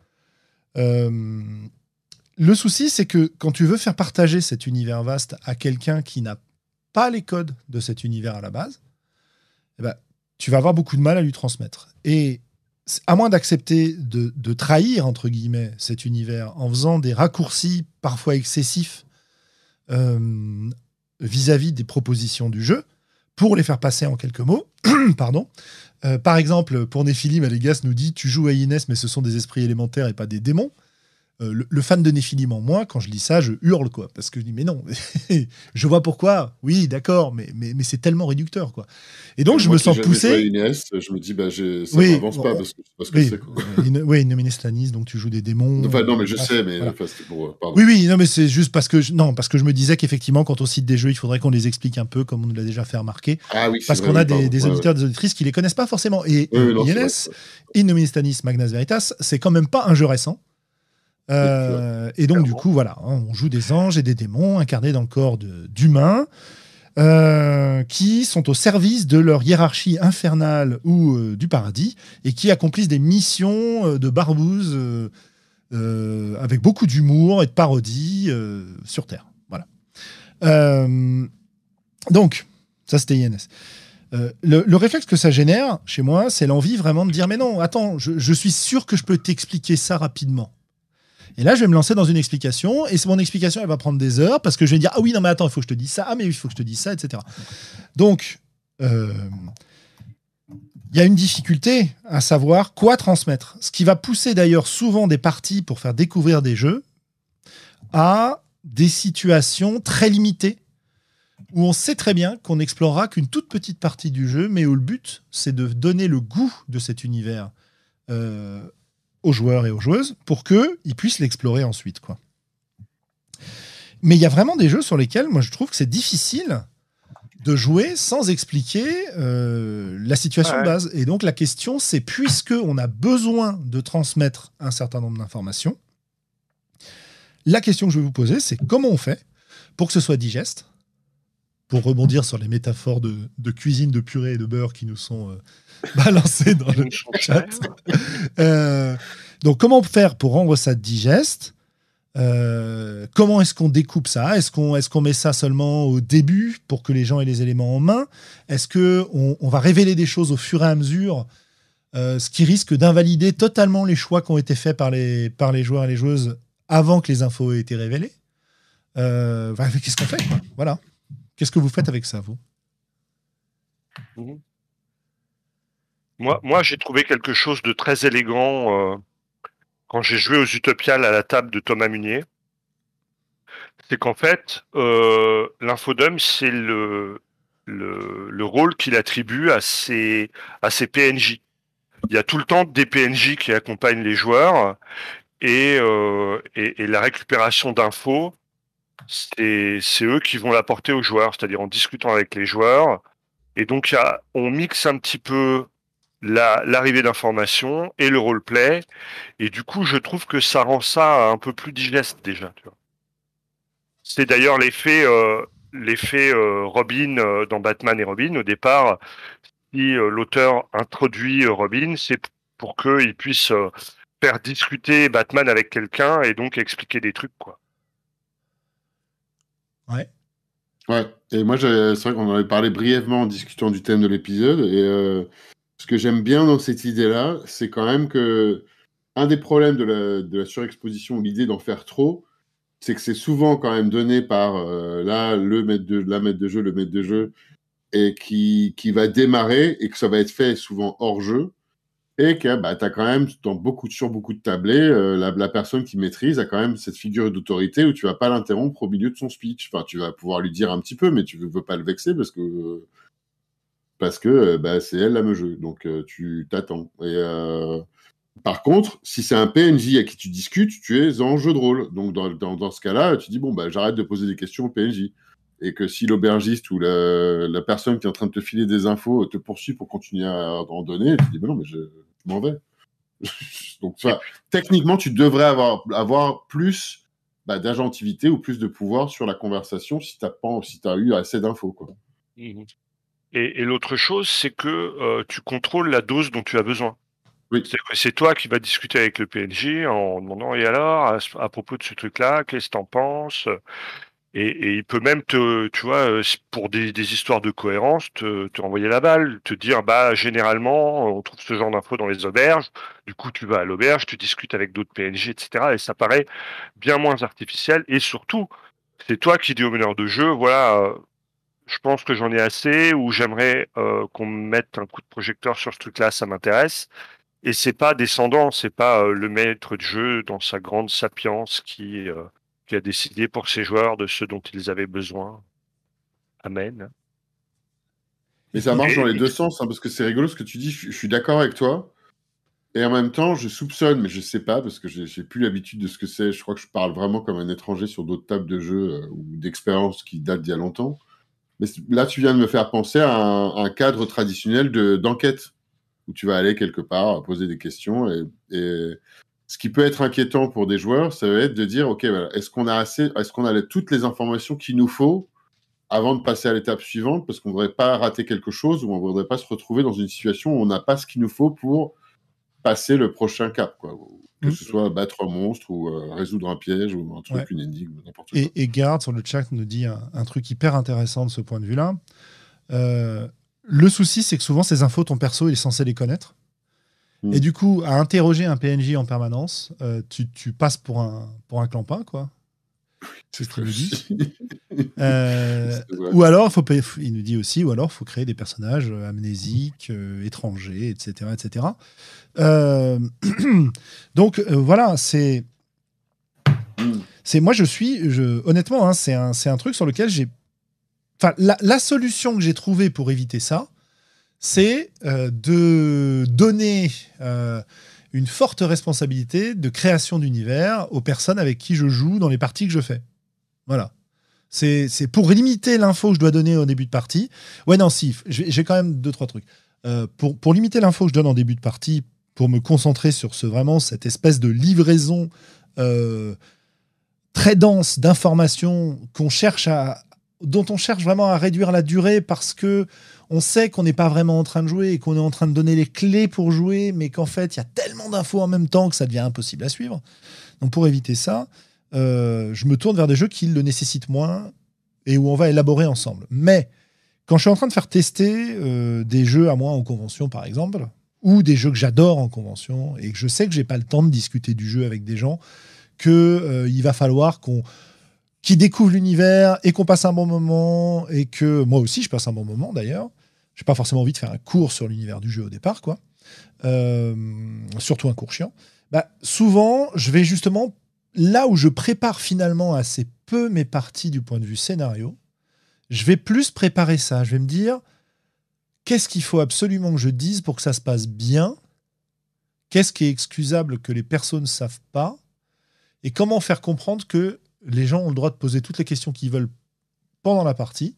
Le souci, c'est que quand tu veux faire partager cet univers vaste à quelqu'un qui n'a pas les codes de cet univers à la base, tu vas avoir beaucoup de mal à lui transmettre. Et à moins d'accepter de trahir, entre guillemets, cet univers en faisant des raccourcis parfois excessifs vis-à-vis des propositions du jeu, pour les faire passer en quelques mots, pardon. Par exemple, pour Néphilim, Allegas nous dit « Tu joues à Inès, mais ce sont des esprits élémentaires et pas des démons ». Le fan de Néphilim en moi, quand je lis ça, je hurle, quoi. Parce que je dis, mais non, je vois pourquoi. Oui, d'accord, mais c'est tellement réducteur, quoi. Et donc, je me sens poussé. Joué à Inès, je me dis, ça m'avance pas parce que je sais pas ce que c'est, quoi. Oui, Innomine Stanis, donc tu joues des démons. Enfin, non, mais je sais, mais voilà. Bon, pardon. Oui, non, mais c'est juste parce que je me disais qu'effectivement, quand on cite des jeux, il faudrait qu'on les explique un peu, comme on nous l'a déjà fait remarquer. Ah oui, parce qu'on a des auditeurs, des auditrices qui les connaissent pas forcément. Et Inès, Innomine Stanis, Magnus Veritas, c'est quand même pas un jeu récent. Et donc, du coup, voilà, on joue des anges et des démons incarnés dans le corps d'humains qui sont au service de leur hiérarchie infernale ou du paradis et qui accomplissent des missions de barbouze avec beaucoup d'humour et de parodie sur Terre. Voilà. Donc, ça, c'était INS. Le réflexe que ça génère chez moi, c'est l'envie vraiment de dire mais non, attends, je suis sûr que je peux t'expliquer ça rapidement. Et là, je vais me lancer dans une explication, et mon explication, elle va prendre des heures, parce que je vais dire, ah oui, non, mais attends, il faut que je te dise ça, ah mais il faut que je te dise ça, etc. Donc, il y a une difficulté à savoir quoi transmettre. Ce qui va pousser d'ailleurs souvent des parties pour faire découvrir des jeux à des situations très limitées, où on sait très bien qu'on n'explorera qu'une toute petite partie du jeu, mais où le but, c'est de donner le goût de cet univers aux joueurs et aux joueuses pour qu'ils puissent l'explorer ensuite, quoi. Mais il y a vraiment des jeux sur lesquels, moi, je trouve que c'est difficile de jouer sans expliquer la situation de base. Et donc, la question, c'est, puisque on a besoin de transmettre un certain nombre d'informations, la question que je vais vous poser, c'est comment on fait pour que ce soit digeste, pour rebondir sur les métaphores de cuisine, de purée et de beurre qui nous sont balancées dans le chat. Donc, comment faire pour rendre ça digeste ? Comment est-ce qu'on découpe ça ? Est-ce qu'on met ça seulement au début pour que les gens aient les éléments en main ? Est-ce qu'on va révéler des choses au fur et à mesure, ce qui risque d'invalider totalement les choix qui ont été faits par les joueurs et les joueuses avant que les infos aient été révélées ? Qu'est-ce qu'on fait, quoi ? Voilà. Qu'est-ce que vous faites avec ça, vous ? Moi, j'ai trouvé quelque chose de très élégant quand j'ai joué aux Utopiales à la table de Thomas Munier. C'est qu'en fait, l'infodump, c'est le rôle qu'il attribue à ses PNJ. Il y a tout le temps des PNJ qui accompagnent les joueurs et la récupération d'infos, c'est eux qui vont l'apporter aux joueurs, c'est-à-dire en discutant avec les joueurs. Et donc, on mixe un petit peu l'arrivée d'informations et le roleplay. Et du coup, je trouve que ça rend ça un peu plus digeste déjà. Tu vois. C'est d'ailleurs l'effet Robin dans Batman et Robin. Au départ, si l'auteur introduit Robin, c'est pour qu'il puisse faire discuter Batman avec quelqu'un et donc expliquer des trucs, quoi. Ouais. Ouais. Et moi, c'est vrai qu'on en avait parlé brièvement en discutant du thème de l'épisode. Et ce que j'aime bien dans cette idée-là, c'est quand même que un des problèmes de la surexposition, ou l'idée d'en faire trop, c'est que c'est souvent quand même donné par le maître de jeu, et qui va démarrer, et que ça va être fait souvent hors jeu, et que tu as quand même, sur beaucoup de tablets, la personne qui maîtrise a quand même cette figure d'autorité où tu vas pas l'interrompre au milieu de son speech. Enfin, tu vas pouvoir lui dire un petit peu, mais tu veux pas le vexer parce que c'est elle la meugeux. Donc, tu t'attends. Et par contre, si c'est un PNJ à qui tu discutes, tu es en jeu de rôle. Donc, dans ce cas-là, tu dis, bon, j'arrête de poser des questions au PNJ. Et que si l'aubergiste ou la personne qui est en train de te filer des infos te poursuit pour continuer à en donner, tu dis, non, mais je m'en vais. Donc, techniquement, tu devrais avoir plus d'agentivité ou plus de pouvoir sur la conversation si tu as eu assez d'infos, quoi. Et l'autre chose, c'est que tu contrôles la dose dont tu as besoin. Oui. C'est toi qui vas discuter avec le PNJ en demandant, et alors, à propos de ce truc-là, qu'est-ce que t'en penses ? Et il peut même tu vois, pour des histoires de cohérence, te renvoyer la balle, te dire, bah, généralement, on trouve ce genre d'infos dans les auberges. Du coup, tu vas à l'auberge, tu discutes avec d'autres PNJ, etc. Et ça paraît bien moins artificiel. Et surtout, c'est toi qui dis au meneur de jeu, voilà, je pense que j'en ai assez, ou j'aimerais qu'on me mette un coup de projecteur sur ce truc-là, ça m'intéresse. Et c'est pas descendant, c'est pas le maître de jeu dans sa grande sapience qui a décidé pour ses joueurs de ce dont ils avaient besoin. Amen. Mais ça marche dans les Et deux sens, hein, parce que c'est rigolo ce que tu dis. Je suis d'accord avec toi. Et en même temps, je soupçonne, mais je sais pas, parce que j'ai plus l'habitude de ce que c'est. Je crois que je parle vraiment comme un étranger sur d'autres tables de jeu ou d'expériences qui datent d'il y a longtemps. Mais là, tu viens de me faire penser à un cadre traditionnel d'enquête, où tu vas aller quelque part, poser des questions. Et ce qui peut être inquiétant pour des joueurs, ça va être de dire, OK, voilà, est-ce qu'on a toutes les informations qu'il nous faut avant de passer à l'étape suivante, parce qu'on ne voudrait pas rater quelque chose, ou on ne voudrait pas se retrouver dans une situation où on n'a pas ce qu'il nous faut pour passer le prochain cap, quoi. Que ce soit battre un monstre ou résoudre un piège ou un truc, une énigme, n'importe quoi. Et Garde sur le chat nous dit un truc hyper intéressant de ce point de vue-là. Le souci, c'est que souvent, ces infos, ton perso, il est censé les connaître. Et du coup, à interroger un PNJ en permanence, tu passes pour un clampin, quoi. C'est ce qu'il nous dit. Ou alors, il nous dit aussi, ou alors, il faut créer des personnages amnésiques, étrangers, etc., etc. Donc, voilà, c'est moi, honnêtement, hein, c'est un truc sur lequel j'ai. Enfin, la solution que j'ai trouvée pour éviter ça, c'est de donner une forte responsabilité de création d'univers aux personnes avec qui je joue dans les parties que je fais. Voilà. C'est pour limiter l'info que je dois donner au début de partie. Ouais, non, si, j'ai quand même 2-3 trucs. Pour limiter l'info que je donne en début de partie, pour me concentrer sur vraiment cette espèce de livraison très dense d'informations dont on cherche vraiment à réduire la durée parce que on sait qu'on n'est pas vraiment en train de jouer et qu'on est en train de donner les clés pour jouer, mais qu'en fait, il y a tellement d'infos en même temps que ça devient impossible à suivre. Donc pour éviter ça, je me tourne vers des jeux qui le nécessitent moins et où on va élaborer ensemble. Mais quand je suis en train de faire tester des jeux à moi en convention, par exemple, ou des jeux que j'adore en convention et que je sais que j'ai pas le temps de discuter du jeu avec des gens, il va falloir qu'ils découvrent l'univers et qu'on passe un bon moment et que moi aussi je passe un bon moment d'ailleurs. J'ai pas forcément envie de faire un cours sur l'univers du jeu au départ, quoi. Surtout un cours chiant. Bah, souvent, je vais justement là où je prépare finalement assez peu mes parties du point de vue scénario, je vais plus préparer ça. Je vais me dire, qu'est-ce qu'il faut absolument que je dise pour que ça se passe bien? Qu'est-ce qui est excusable que les personnes ne savent pas? Et comment faire comprendre que les gens ont le droit de poser toutes les questions qu'ils veulent pendant la partie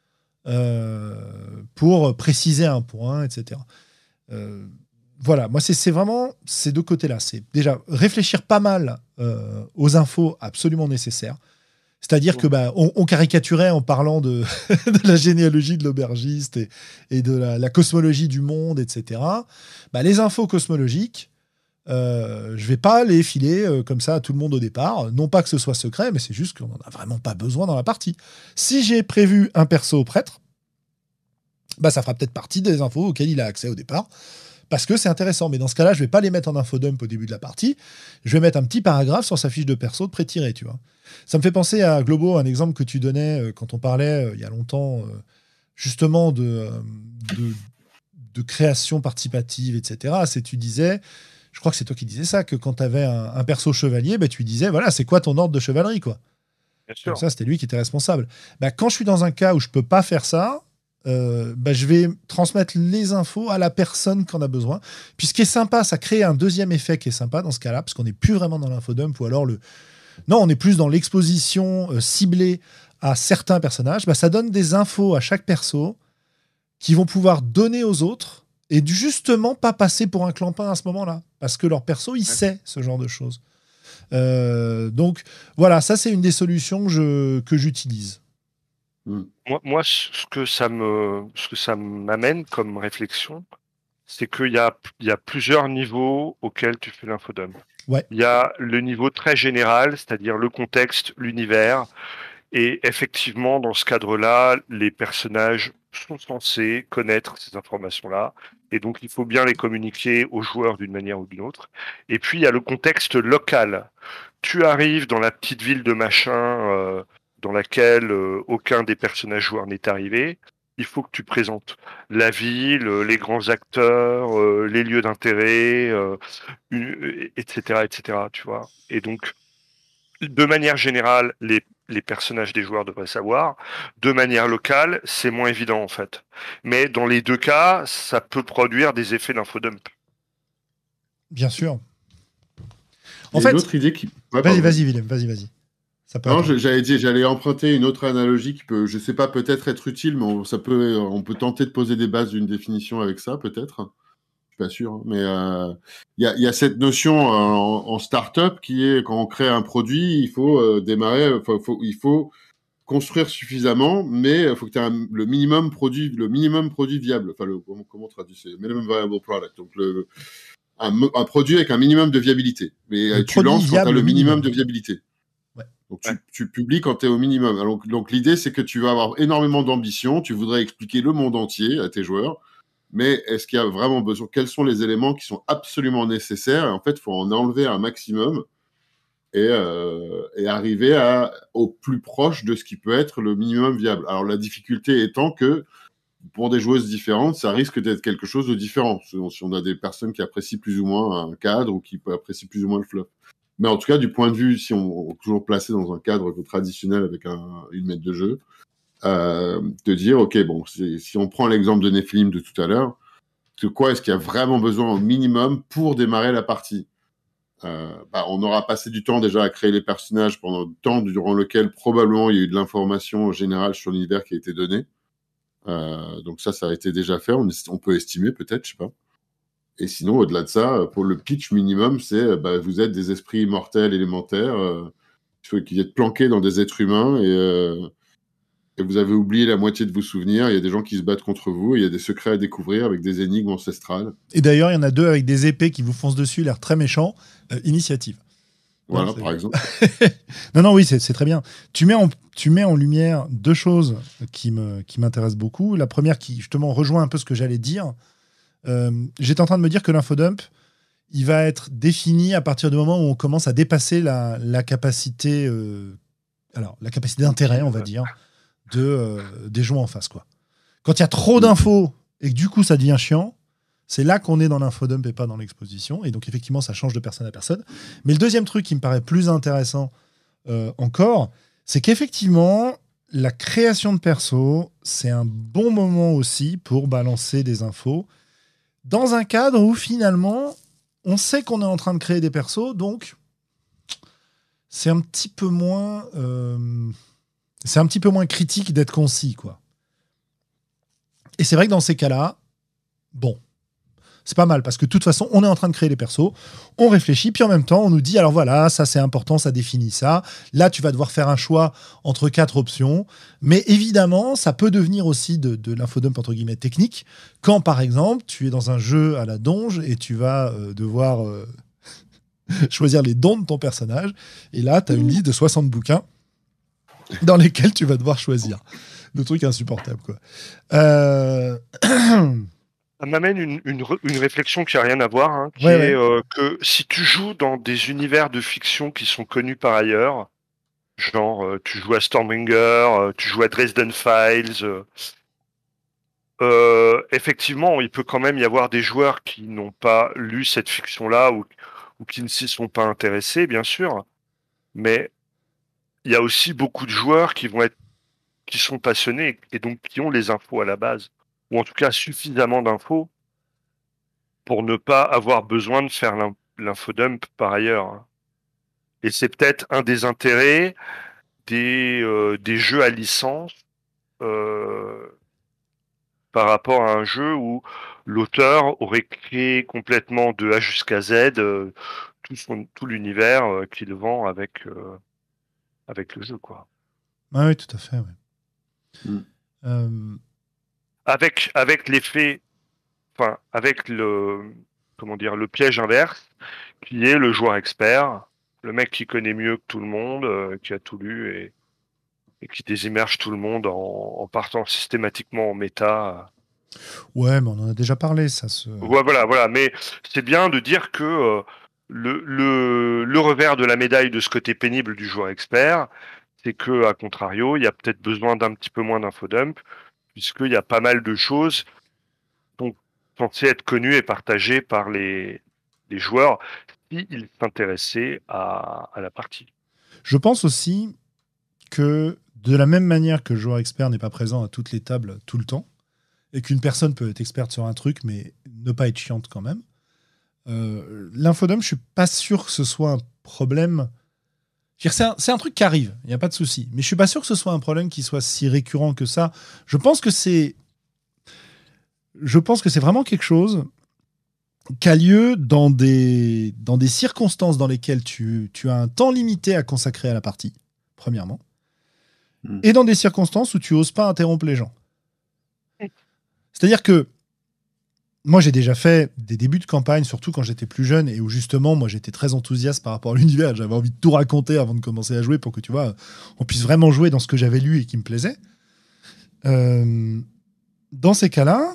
pour préciser un point, etc. Voilà, moi, c'est vraiment ces deux côtés-là. C'est déjà réfléchir pas mal aux infos absolument nécessaires. C'est-à-dire que on caricaturait en parlant de la généalogie de l'aubergiste et de la cosmologie du monde, etc. Les infos cosmologiques, je vais pas les filer comme ça à tout le monde au départ. Non pas que ce soit secret, mais c'est juste qu'on n'en a vraiment pas besoin dans la partie. Si j'ai prévu un perso prêtre, ça fera peut-être partie des infos auxquelles il a accès au départ. Parce que c'est intéressant. Mais dans ce cas-là, je vais pas les mettre en infodump au début de la partie. Je vais mettre un petit paragraphe sur sa fiche de perso de pré-tiré, tu vois. Ça me fait penser à Globo, un exemple que tu donnais quand on parlait il y a longtemps, justement de création participative, etc. C'est tu disais, je crois que c'est toi qui disais ça, que quand tu avais un perso chevalier, tu disais, voilà, c'est quoi ton ordre de chevalerie, quoi. Bien sûr. Donc ça, c'était lui qui était responsable. Quand je suis dans un cas où je peux pas faire ça, je vais transmettre les infos à la personne qui en a besoin. Puis ce qui est sympa, ça crée un deuxième effet qui est sympa dans ce cas-là, parce qu'on n'est plus vraiment dans l'infodump, ou alors non, on est plus dans l'exposition ciblée à certains personnages. Ça donne des infos à chaque perso qui vont pouvoir donner aux autres et justement pas passer pour un clampin à ce moment-là, parce que leur perso, il sait ce genre de choses. Donc voilà, ça c'est une des solutions que j'utilise. Moi, ce que ça m'amène comme réflexion, c'est qu'il y a plusieurs niveaux auxquels tu fais l'infodump. Ouais. Il y a le niveau très général, c'est-à-dire le contexte, l'univers, Et effectivement, dans ce cadre-là, les personnages sont censés connaître ces informations-là. Et donc, il faut bien les communiquer aux joueurs d'une manière ou d'une autre. Et puis, il y a le contexte local. Tu arrives dans la petite ville de machin, dans laquelle aucun des personnages joueurs n'est arrivé. Il faut que tu présentes la ville, les grands acteurs, les lieux d'intérêt, etc., etc., tu vois. Et donc, de manière générale, les personnages des joueurs devraient savoir. De manière locale, c'est moins évident en fait. Mais dans les deux cas, ça peut produire des effets d'infodump. Bien sûr. En fait, une autre idée qui. Ouais, vas-y, Willem, vas-y. Ça peut non, j'allais emprunter une autre analogie qui peut, je sais pas, peut-être être utile, mais on peut tenter de poser des bases d'une définition avec ça, peut-être. Je suis pas sûr, hein. Mais il y a cette notion en start-up qui est quand on crée un produit, il faut démarrer, il faut construire suffisamment, mais il faut que tu aies le minimum produit viable. Enfin, comment on traduit, c'est minimum viable product. Donc un produit avec un minimum de viabilité. Mais tu lances quand tu as le minimum de viabilité. Ouais. Donc tu publies quand tu es au minimum. Donc l'idée, c'est que tu vas avoir énormément d'ambition, tu voudrais expliquer le monde entier à tes joueurs, mais est-ce qu'il y a vraiment besoin? Quels sont les éléments qui sont absolument nécessaires? Et en fait, il faut en enlever un maximum et arriver au plus proche de ce qui peut être le minimum viable. Alors la difficulté étant que pour des joueuses différentes, ça risque d'être quelque chose de différent. Si on a des personnes qui apprécient plus ou moins un cadre ou qui apprécient plus ou moins le flop. Mais en tout cas, du point de vue, si on est toujours placé dans un cadre traditionnel avec une maître de jeu, de dire, OK, bon, si on prend l'exemple de Nephilim de tout à l'heure, de quoi est-ce qu'il y a vraiment besoin au minimum pour démarrer la partie? On aura passé du temps déjà à créer les personnages pendant le temps durant lequel probablement il y a eu de l'information générale sur l'univers qui a été donnée. Donc ça a été déjà fait. On peut estimer peut-être, je sais pas. Et sinon, au-delà de ça, pour le pitch minimum, c'est vous êtes des esprits immortels, élémentaires, qui êtes planqués dans des êtres humains et vous avez oublié la moitié de vos souvenirs. Il y a des gens qui se battent contre vous, et il y a des secrets à découvrir avec des énigmes ancestrales. Et d'ailleurs, il y en a 2 avec des épées qui vous foncent dessus, l'air très méchant. Initiative. Voilà, par exemple. non, oui, c'est très bien. Tu mets en lumière 2 choses qui m'intéressent beaucoup. La première qui, justement, rejoint un peu ce que j'allais dire. J'étais en train de me dire que l'infodump, il va être défini à partir du moment où on commence à dépasser la capacité, la capacité d'intérêt, on va dire, des joueurs en face, quoi. Quand il y a trop d'infos et que du coup ça devient chiant, c'est là qu'on est dans l'infodump et pas dans l'exposition. Et donc effectivement, ça change de personne à personne. Mais le deuxième truc qui me paraît plus intéressant encore, c'est qu'effectivement, la création de perso, c'est un bon moment aussi pour balancer des infos dans un cadre où finalement, on sait qu'on est en train de créer des persos, donc c'est un petit peu moins, critique d'être concis, quoi. Et c'est vrai que dans ces cas-là, bon, c'est pas mal parce que de toute façon, on est en train de créer les persos, on réfléchit, puis en même temps, on nous dit alors voilà, ça c'est important, ça définit ça. Là, tu vas devoir faire un choix entre 4 options. Mais évidemment, ça peut devenir aussi de l'infodump entre guillemets technique quand par exemple, tu es dans un jeu à la donge et tu vas devoir choisir les dons de ton personnage. Et là, tu as une liste de 60 bouquins dans lesquels tu vas devoir choisir. Le truc insupportable, quoi. Ça m'amène une réflexion qui n'a rien à voir, hein, qui est que si tu joues dans des univers de fiction qui sont connus par ailleurs, genre tu joues à Stormbringer, tu joues à Dresden Files, effectivement, il peut quand même y avoir des joueurs qui n'ont pas lu cette fiction-là ou qui ne s'y sont pas intéressés, bien sûr, mais il y a aussi beaucoup de joueurs qui sont passionnés et donc qui ont les infos à la base, ou en tout cas suffisamment d'infos pour ne pas avoir besoin de faire l'infodump par ailleurs. Et c'est peut-être un des intérêts des jeux à licence par rapport à un jeu où l'auteur aurait créé complètement de A jusqu'à Z tout l'univers qu'il vend avec le jeu, quoi. Ah oui, tout à fait. Ouais. Avec l'effet, enfin avec le piège inverse, qui est le joueur expert, le mec qui connaît mieux que tout le monde, qui a tout lu et qui désémerge tout le monde en partant systématiquement en méta. Ouais, mais on en a déjà parlé, ça se... Ouais, voilà. Mais c'est bien de dire que le revers de la médaille de ce côté pénible du joueur expert, c'est que, à contrario, il y a peut-être besoin d'un petit peu moins d'infodump, puisqu'il y a pas mal de choses qui sont censées être connues et partagées par les joueurs s'ils s'intéressaient à la partie. Je pense aussi que de la même manière que le joueur expert n'est pas présent à toutes les tables tout le temps, et qu'une personne peut être experte sur un truc, mais ne pas être chiante quand même, l'infodump, je suis pas sûr que ce soit un problème. C'est un truc qui arrive, il n'y a pas de souci. Mais je suis pas sûr que ce soit un problème qui soit si récurrent que ça. Je pense que c'est vraiment quelque chose qui a lieu dans des circonstances dans lesquelles tu as un temps limité à consacrer à la partie, premièrement, et dans des circonstances où tu oses pas interrompre les gens. C'est-à-dire que moi, j'ai déjà fait des débuts de campagne, surtout quand j'étais plus jeune, et où justement, moi, j'étais très enthousiaste par rapport à l'univers. J'avais envie de tout raconter avant de commencer à jouer pour que, tu vois, on puisse vraiment jouer dans ce que j'avais lu et qui me plaisait. Dans ces cas-là,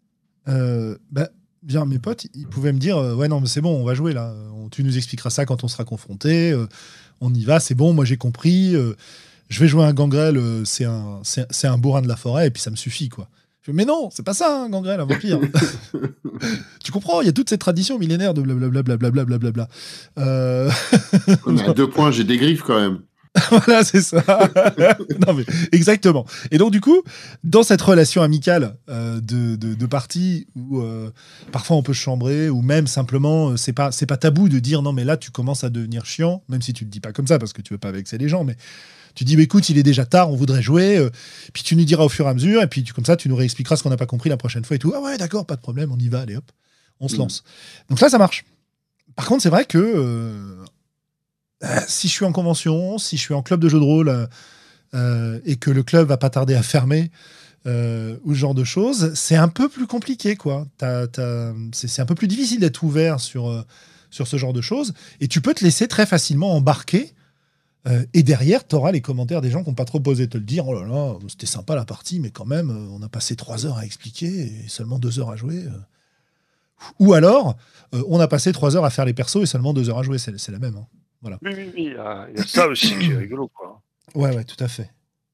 bien, mes potes, ils pouvaient me dire ouais, non, mais c'est bon, on va jouer là. Tu nous expliqueras ça quand on sera confronté. On y va, c'est bon, moi j'ai compris. Je vais jouer un gangrel, c'est un bourrin de la forêt, et puis ça me suffit, quoi. Mais non, c'est pas ça, un gangrel, un vampire. Tu comprends, il y a toutes ces traditions millénaires de blablabla. Mais à 2 points, j'ai des griffes quand même. Voilà, c'est ça. Non, mais exactement. Et donc, du coup, dans cette relation amicale de partie où parfois on peut se chambrer, ou même simplement, c'est pas tabou de dire non, mais là, tu commences à devenir chiant, même si tu le dis pas comme ça parce que tu veux pas vexer les gens, mais tu dis, bah, écoute, il est déjà tard, on voudrait jouer, puis tu nous diras au fur et à mesure, et puis comme ça, tu nous réexpliqueras ce qu'on n'a pas compris la prochaine fois et tout. Ah ouais, d'accord, pas de problème, on y va, allez hop, on se lance. Donc là, ça marche. Par contre, c'est vrai que si je suis en convention, si je suis en club de jeu de rôle et que le club va pas tarder à fermer ou ce genre de choses, c'est un peu plus compliqué, quoi. C'est un peu plus difficile d'être ouvert sur ce genre de choses, et tu peux te laisser très facilement embarquer. Et derrière, tu auras les commentaires des gens qui n'ont pas trop osé te le dire. Oh là là, c'était sympa la partie, mais quand même, on a passé 3 heures à expliquer et seulement 2 heures à jouer. Ou alors, on a passé 3 heures à faire les persos et seulement 2 heures à jouer. C'est la même. Hein. Voilà. Oui, il y a ça aussi qui est rigolo, quoi. Ouais, tout à fait.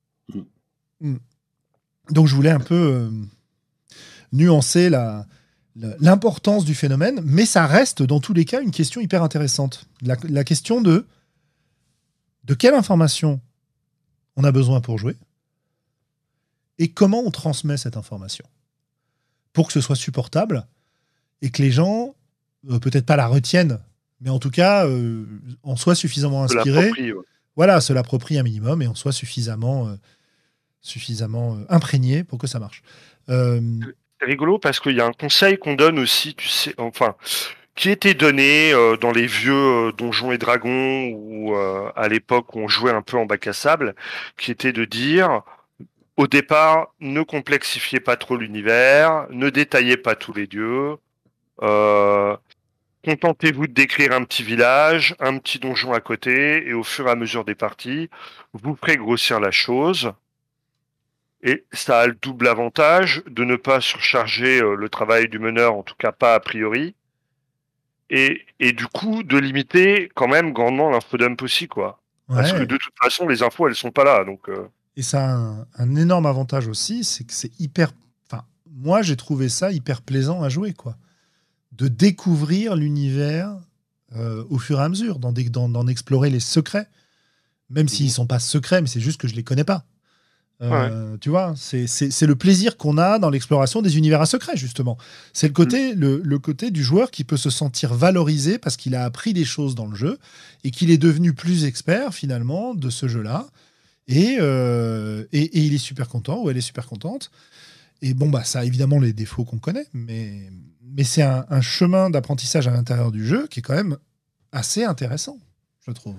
Donc, je voulais un peu nuancer l'importance du phénomène, mais ça reste, dans tous les cas, une question hyper intéressante. La question de quelle information on a besoin pour jouer et comment on transmet cette information pour que ce soit supportable et que les gens, peut-être pas la retiennent, mais en tout cas, en soient suffisamment inspirés. Voilà, se l'approprient un minimum et en soient suffisamment imprégnés pour que ça marche. C'est rigolo parce qu'il y a un conseil qu'on donne aussi, tu sais, enfin, qui était donné dans les vieux Donjons et Dragons ou à l'époque où on jouait un peu en bac à sable, qui était de dire au départ, ne complexifiez pas trop l'univers, ne détaillez pas tous les dieux, contentez-vous de décrire un petit village, un petit donjon à côté, et au fur et à mesure des parties, vous ferez grossir la chose. Et ça a le double avantage de ne pas surcharger le travail du meneur, en tout cas pas a priori, et du coup de limiter quand même grandement l'infodump aussi, quoi. Ouais. Parce que de toute façon, les infos, elles sont pas là. Donc, Et ça a un énorme avantage aussi, c'est que c'est hyper... Enfin, moi, j'ai trouvé ça hyper plaisant à jouer, quoi. De découvrir l'univers au fur et à mesure, d'en explorer les secrets, même s'ils ne sont pas secrets, mais c'est juste que je ne les connais pas. Tu vois, c'est le plaisir qu'on a dans l'exploration des univers à secret, justement. C'est le côté du joueur qui peut se sentir valorisé parce qu'il a appris des choses dans le jeu et qu'il est devenu plus expert, finalement, de ce jeu-là. Et il est super content, ou elle est super contente. Et bon, bah, ça a évidemment les défauts qu'on connaît, mais c'est un chemin d'apprentissage à l'intérieur du jeu qui est quand même assez intéressant, je trouve.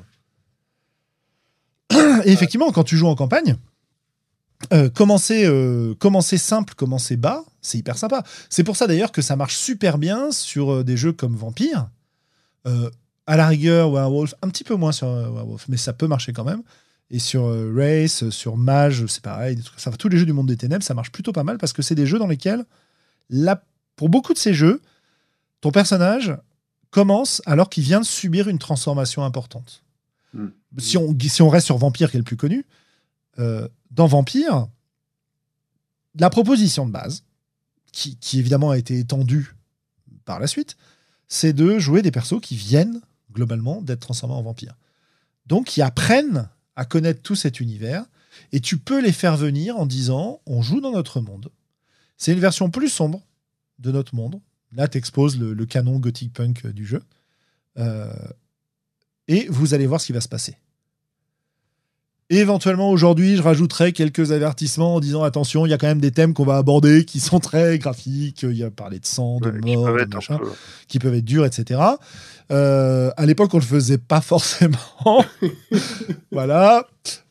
Et effectivement, quand tu joues en campagne, commencer simple, commencer bas, c'est hyper sympa. C'est pour ça d'ailleurs que ça marche super bien sur des jeux comme Vampire, à la rigueur Werewolf, un petit peu moins sur Werewolf, mais ça peut marcher quand même. Et sur Race, sur Mage, c'est pareil. Ça, tous les jeux du monde des ténèbres, ça marche plutôt pas mal parce que c'est des jeux dans lesquels, pour beaucoup de ces jeux, ton personnage commence alors qu'il vient de subir une transformation importante. Si on reste sur Vampire, qui est le plus connu, dans Vampire, la proposition de base, qui évidemment a été étendue par la suite, c'est de jouer des persos qui viennent, globalement, d'être transformés en vampires. Donc, qui apprennent à connaître tout cet univers, et tu peux les faire venir en disant, on joue dans notre monde. C'est une version plus sombre de notre monde. Là, tu exposes le canon gothic punk du jeu. Et vous allez voir ce qui va se passer. Et éventuellement, aujourd'hui, je rajouterai quelques avertissements en disant attention, il y a quand même des thèmes qu'on va aborder qui sont très graphiques. Il y a parlé de sang, de mort, de machin, qui peuvent être durs, etc. À l'époque, on le faisait pas forcément. Voilà.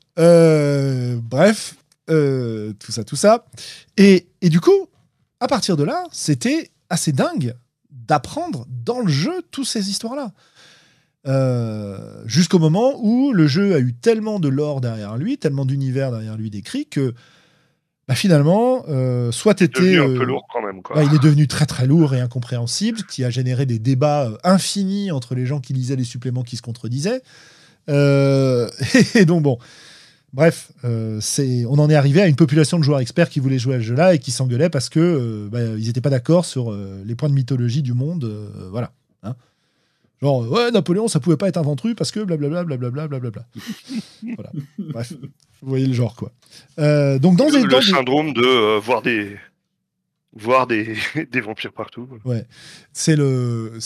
Bref, tout ça. Et du coup, à partir de là, c'était assez dingue d'apprendre dans le jeu toutes ces histoires-là. Jusqu'au moment où le jeu a eu tellement de lore derrière lui, tellement d'univers derrière lui décrit que finalement, soit t'étais... Il est devenu un peu lourd quand même, quoi. Il est devenu très très lourd et incompréhensible, qui a généré des débats infinis entre les gens qui lisaient les suppléments qui se contredisaient. Et donc bon... Bref, on en est arrivé à une population de joueurs experts qui voulaient jouer à ce jeu-là et qui s'engueulaient parce que ils n'étaient pas d'accord sur les points de mythologie du monde. Voilà. Hein. Genre, ouais, Napoléon, ça pouvait pas être un ventru parce que blablabla, blablabla, blablabla. Voilà. Bref, vous voyez le genre, quoi. Donc dans le syndrome de voir des vampires partout. Ouais, c'est le.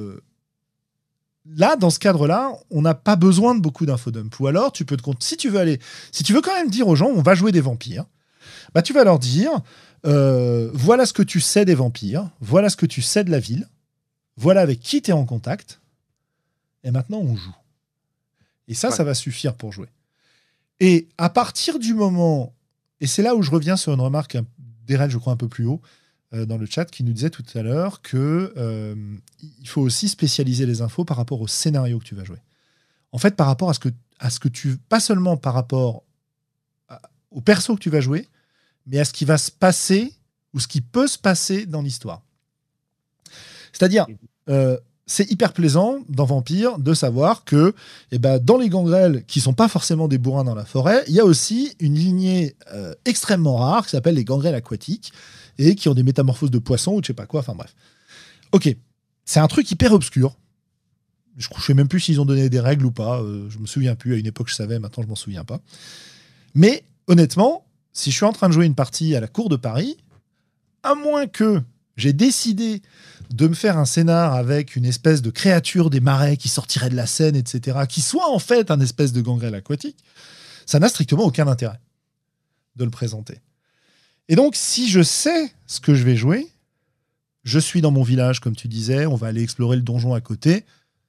Là, dans ce cadre-là, on n'a pas besoin de beaucoup d'infodump. Ou alors, si tu veux quand même dire aux gens, on va jouer des vampires, tu vas leur dire, voilà ce que tu sais des vampires, voilà ce que tu sais de la ville, voilà avec qui tu es en contact, et maintenant on joue. Et ça va suffire pour jouer. Et à partir du moment, et c'est là où je reviens sur une remarque d'Erel, je crois un peu plus haut, dans le chat, qui nous disait tout à l'heure que il faut aussi spécialiser les infos par rapport au scénario que tu vas jouer. En fait, par rapport à ce que tu... Pas seulement par rapport au perso que tu vas jouer, mais à ce qui va se passer ou ce qui peut se passer dans l'histoire. C'est-à-dire, c'est hyper plaisant dans Vampire de savoir que dans les gangrels, qui sont pas forcément des bourrins dans la forêt, il y a aussi une lignée extrêmement rare qui s'appelle les gangrels aquatiques, et qui ont des métamorphoses de poissons ou de je sais pas quoi, enfin bref. Ok, c'est un truc hyper obscur. Je sais même plus s'ils ont donné des règles ou pas, je me souviens plus, à une époque je savais, maintenant je m'en souviens pas. Mais honnêtement, si je suis en train de jouer une partie à la cour de Paris, à moins que j'ai décidé de me faire un scénar avec une espèce de créature des marais qui sortirait de la Seine, etc., qui soit en fait un espèce de gangrel aquatique, ça n'a strictement aucun intérêt de le présenter. Et donc, si je sais ce que je vais jouer, je suis dans mon village, comme tu disais, on va aller explorer le donjon à côté.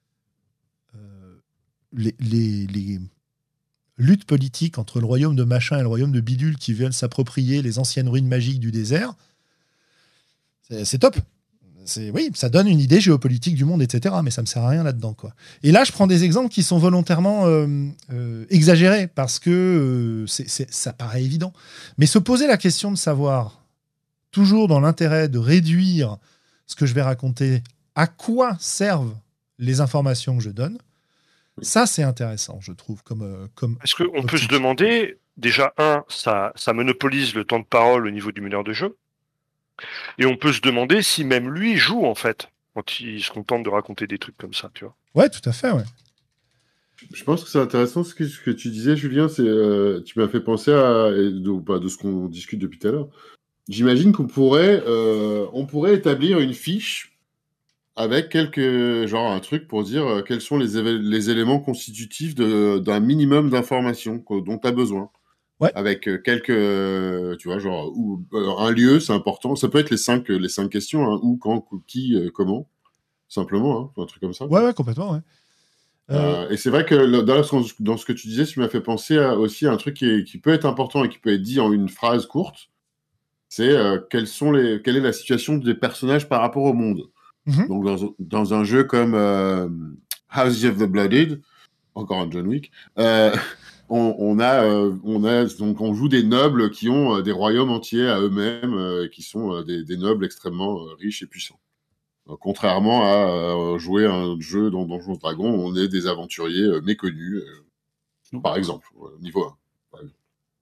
Les luttes politiques entre le royaume de machin et le royaume de bidule qui viennent s'approprier les anciennes ruines magiques du désert, c'est top. Oui, ça donne une idée géopolitique du monde, etc. Mais ça me sert à rien là-dedans, quoi. Et là, je prends des exemples qui sont volontairement exagérés parce que ça paraît évident. Mais se poser la question de savoir, toujours dans l'intérêt de réduire ce que je vais raconter, à quoi servent les informations que je donne, ça, c'est intéressant, je trouve. Est-ce qu'on peut se demander, déjà, ça monopolise le temps de parole au niveau du meneur de jeu. Et on peut se demander si même lui joue, en fait, quand il se contente de raconter des trucs comme ça, tu vois. Ouais, tout à fait, ouais. Je pense que c'est intéressant ce que tu disais, Julien. Tu m'as fait penser de ce qu'on discute depuis tout à l'heure. J'imagine qu'on pourrait établir une fiche avec un truc pour dire quels sont les éléments constitutifs d'un minimum d'informations dont tu as besoin. Ouais. Avec quelques, tu vois, un lieu, c'est important. Ça peut être les cinq questions, hein, où, quand, qui, comment, simplement, hein, un truc comme ça. Ouais, complètement, ouais. Et c'est vrai que dans ce que tu disais, tu m'as fait penser aussi à un truc qui peut être important et qui peut être dit en une phrase courte. C'est quelle est la situation des personnages par rapport au monde. Mm-hmm. Donc dans un jeu comme House of the Blooded, encore un John Wick. donc on joue des nobles qui ont des royaumes entiers à eux-mêmes, qui sont des nobles extrêmement riches et puissants. Contrairement à jouer un jeu dans Donjons et Dragons, on est des aventuriers méconnus, par exemple, niveau 1. Par exemple.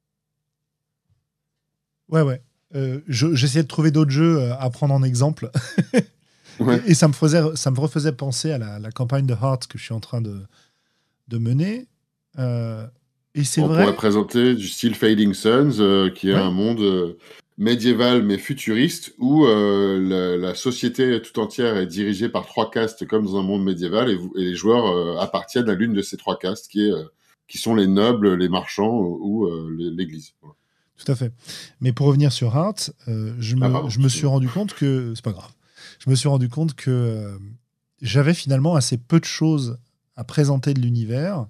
Ouais. J'essayais de trouver d'autres jeux à prendre en exemple. Ouais. Et ça me refaisait penser à la campagne de Heart que je suis en train de mener. Et c'est On vrai. pourrait présenter du style Fading Suns, qui est Ouais. un monde médiéval mais futuriste, où la société tout entière est dirigée par 3 castes comme dans un monde médiéval, et les joueurs appartiennent à l'une de ces 3 castes, qui sont les nobles, les marchands ou l'église. Voilà. Tout à fait. Mais pour revenir sur Heart, je me suis rendu compte que... C'est pas grave. Je me suis rendu compte que j'avais finalement assez peu de choses à présenter de l'univers,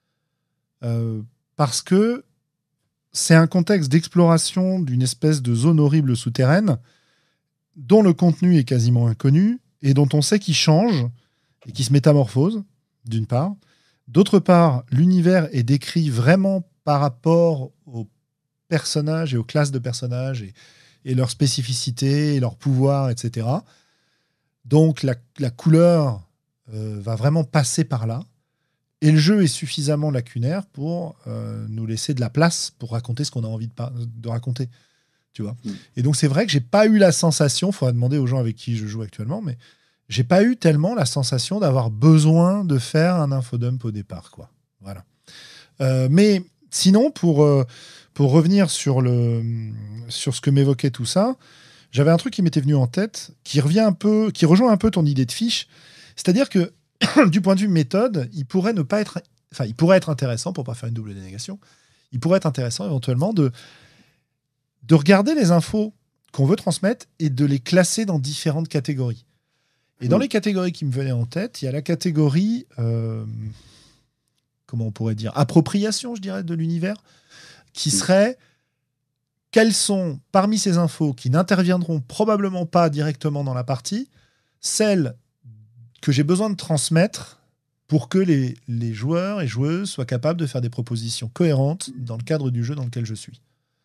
parce que c'est un contexte d'exploration d'une espèce de zone horrible souterraine dont le contenu est quasiment inconnu et dont on sait qu'il change et qu'il se métamorphose, d'une part. D'autre part, l'univers est décrit vraiment par rapport aux personnages et aux classes de personnages et leurs spécificités et leurs pouvoirs, etc. Donc la couleur va vraiment passer par là. Et le jeu est suffisamment lacunaire pour nous laisser de la place pour raconter ce qu'on a envie de raconter. Tu vois. Et donc, c'est vrai que j'ai pas eu la sensation, il faudra demander aux gens avec qui je joue actuellement, mais j'ai pas eu tellement la sensation d'avoir besoin de faire un infodump au départ, quoi. Voilà. Mais sinon, pour revenir sur ce que m'évoquait tout ça, j'avais un truc qui m'était venu en tête, qui rejoint un peu ton idée de fiche. C'est-à-dire que du point de vue méthode, il pourrait être intéressant, pour pas faire une double dénégation, il pourrait être intéressant éventuellement de regarder les infos qu'on veut transmettre et de les classer dans différentes catégories. Et dans les catégories qui me venaient en tête, il y a la catégorie, comment on pourrait dire, appropriation, je dirais, de l'univers, qui serait quelles sont, parmi ces infos qui n'interviendront probablement pas directement dans la partie, celles que j'ai besoin de transmettre pour que les joueurs et joueuses soient capables de faire des propositions cohérentes dans le cadre du jeu dans lequel je suis.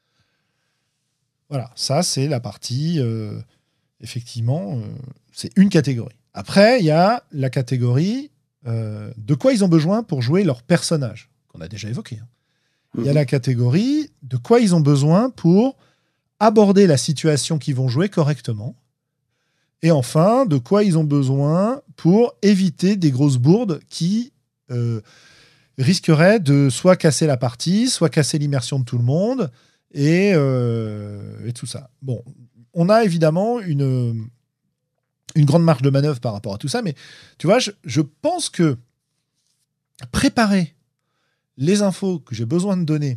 Voilà, ça c'est la partie, effectivement, c'est une catégorie. Après, il y a la catégorie de quoi ils ont besoin pour jouer leur personnage, qu'on a déjà évoqué. Il y a la catégorie de quoi ils ont besoin pour aborder la situation qu'ils vont jouer correctement. Et enfin, de quoi ils ont besoin pour éviter des grosses bourdes qui risqueraient de soit casser la partie, soit casser l'immersion de tout le monde, et tout ça. Bon, on a évidemment une grande marge de manœuvre par rapport à tout ça, mais tu vois, je pense que préparer les infos que j'ai besoin de donner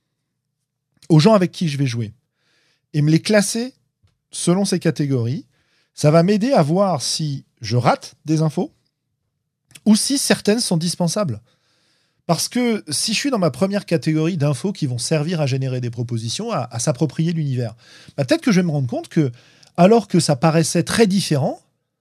aux gens avec qui je vais jouer et me les classer selon ces catégories, ça va m'aider à voir si je rate des infos ou si certaines sont dispensables. Parce que si je suis dans ma première catégorie d'infos qui vont servir à générer des propositions, à s'approprier l'univers, bah peut-être que je vais me rendre compte que, alors que ça paraissait très différent,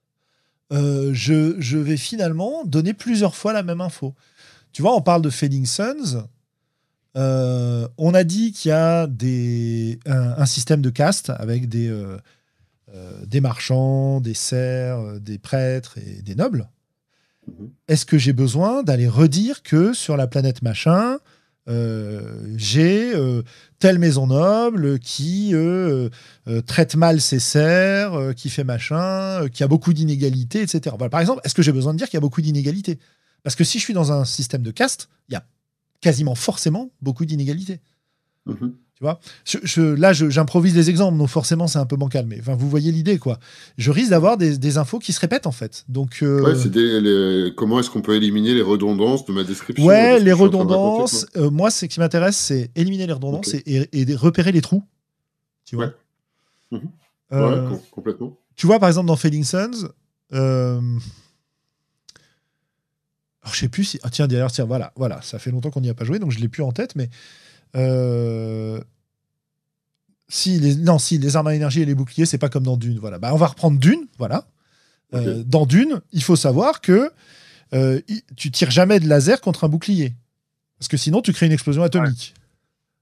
je vais finalement donner plusieurs fois la même info. Tu vois, on parle de Fading Suns. On a dit qu'il y a un système de caste avec des marchands, des serfs, des prêtres et des nobles. Est-ce que j'ai besoin d'aller redire que sur la planète machin, j'ai telle maison noble qui traite mal ses serfs, qui fait machin, qui a beaucoup d'inégalités, etc. Voilà, par exemple, est-ce que j'ai besoin de dire qu'il y a beaucoup d'inégalités ? Parce que si je suis dans un système de caste, il y a quasiment forcément beaucoup d'inégalités. Tu vois, là, j'improvise les exemples, donc forcément, c'est un peu bancal. Mais enfin, vous voyez l'idée, quoi. Je risque d'avoir des infos qui se répètent, en fait. Donc, ouais, comment est-ce qu'on peut éliminer les redondances de ma description ? Ouais, les redondances. Moi, ce qui m'intéresse, c'est éliminer les redondances et repérer les trous. Tu vois. Ouais. Ouais, complètement. Tu vois, par exemple, dans Fading Suns, alors, je sais plus si. Ah, tiens, d'ailleurs, voilà, ça fait longtemps qu'on n'y a pas joué, donc je l'ai plus en tête, mais. Si les armes à énergie et les boucliers, c'est pas comme dans Dune. Voilà. Bah, on va reprendre Dune. Voilà. Dans Dune, il faut savoir que tu tires jamais de laser contre un bouclier. Parce que sinon, tu crées une explosion atomique. D'accord ?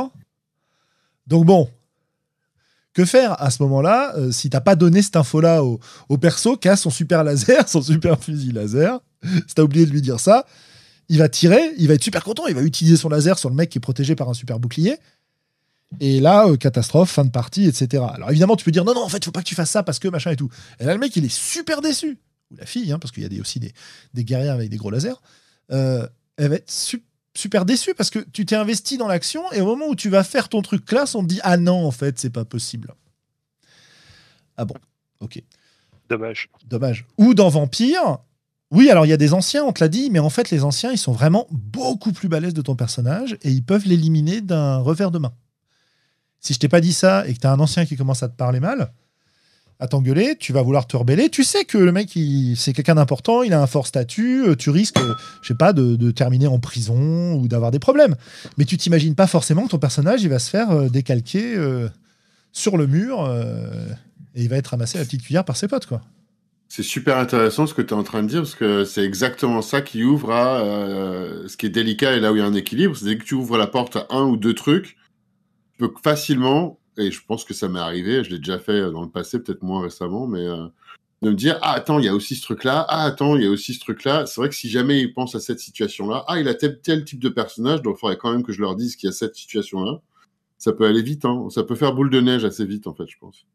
Donc bon, que faire à ce moment-là si t'as pas donné cette info-là au perso qui a son super laser, son super fusil laser. Si t'as oublié de lui dire ça, il va tirer, il va être super content, il va utiliser son laser sur le mec qui est protégé par un super bouclier. Et là, catastrophe, fin de partie, etc. Alors évidemment, tu peux dire non, en fait, faut pas que tu fasses ça parce que machin et tout. Et là, le mec, il est super déçu. Ou la fille, parce qu'il y a aussi des guerrières avec des gros lasers. Elle va être super déçue parce que tu t'es investi dans l'action et au moment où tu vas faire ton truc classe, on te dit ah non, en fait, c'est pas possible. Ah bon, ok. Dommage. Ou dans Vampire, oui, alors il y a des anciens, on te l'a dit, mais en fait, les anciens, ils sont vraiment beaucoup plus balèzes de ton personnage et ils peuvent l'éliminer d'un revers de main. Si je t'ai pas dit ça et que t'as un ancien qui commence à te parler mal, à t'engueuler, tu vas vouloir te rebeller. Tu sais que le mec, c'est quelqu'un d'important, il a un fort statut, tu risques, je sais pas, de terminer en prison ou d'avoir des problèmes. Mais tu t'imagines pas forcément que ton personnage, il va se faire décalquer sur le mur et il va être ramassé à la petite cuillère par ses potes, quoi. C'est super intéressant ce que tu es en train de dire, parce que c'est exactement ça qui ouvre à ce qui est délicat et là où il y a un équilibre. C'est dès que tu ouvres la porte à un ou deux trucs, tu peux facilement, et je pense que ça m'est arrivé, je l'ai déjà fait dans le passé, peut-être moins récemment, mais de me dire, ah attends, il y a aussi ce truc-là, ah attends, il y a aussi ce truc-là. C'est vrai que si jamais ils pensent à cette situation-là, ah il a tel type de personnage, donc il faudrait quand même que je leur dise qu'il y a cette situation-là. Ça peut aller vite, hein. Ça peut faire boule de neige assez vite, en fait, je pense.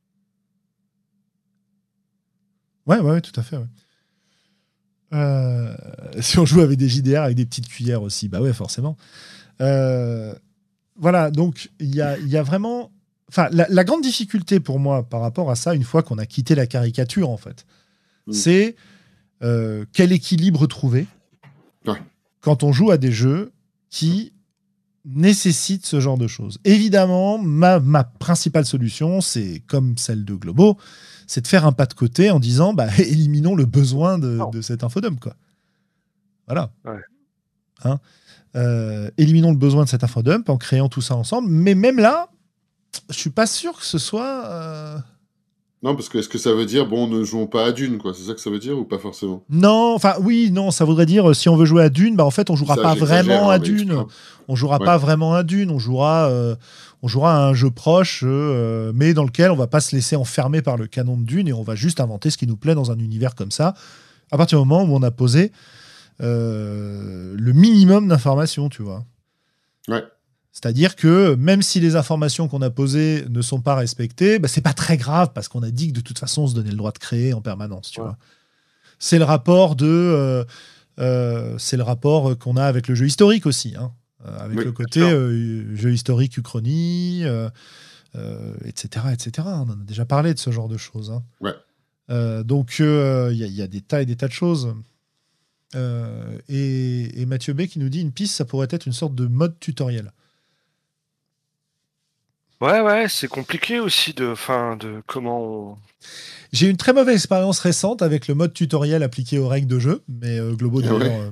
Ouais, tout à fait. Ouais. Si on joue avec des JDR, avec des petites cuillères aussi, bah ouais, forcément. Voilà, donc il y a vraiment... Enfin, la grande difficulté pour moi par rapport à ça, une fois qu'on a quitté la caricature, en fait, c'est quel équilibre trouver quand on joue à des jeux qui nécessitent ce genre de choses. Évidemment, ma principale solution, c'est comme celle de Globo, c'est de faire un pas de côté en disant éliminons le besoin de cet infodump, quoi. Voilà. Ouais. Hein, éliminons le besoin de cet infodump en créant tout ça ensemble. Mais même là, je suis pas sûr que ce soit... Non, parce que est-ce que ça veut dire, bon, ne jouons pas à Dune, quoi? C'est ça que ça veut dire ou pas forcément? Non, enfin, oui, non, ça voudrait dire, si on veut jouer à Dune, en fait, on jouera pas vraiment à Dune. On jouera pas vraiment à Dune, on jouera à un jeu proche, mais dans lequel on va pas se laisser enfermer par le canon de Dune et on va juste inventer ce qui nous plaît dans un univers comme ça, à partir du moment où on a posé le minimum d'informations, tu vois. Ouais. C'est-à-dire que même si les informations qu'on a posées ne sont pas respectées, c'est pas très grave parce qu'on a dit que de toute façon on se donnait le droit de créer en permanence, tu vois. C'est le rapport qu'on a avec le jeu historique aussi, hein, avec le côté jeu historique uchronie, etc., etc. On en a déjà parlé de ce genre de choses. Hein. Ouais. Donc il y a des tas et des tas de choses. Et Mathieu B qui nous dit une piste, ça pourrait être une sorte de mode tutoriel. Ouais, c'est compliqué aussi de comment on... J'ai eu une très mauvaise expérience récente avec le mode tutoriel appliqué aux règles de jeu, mais Globo d'ailleurs...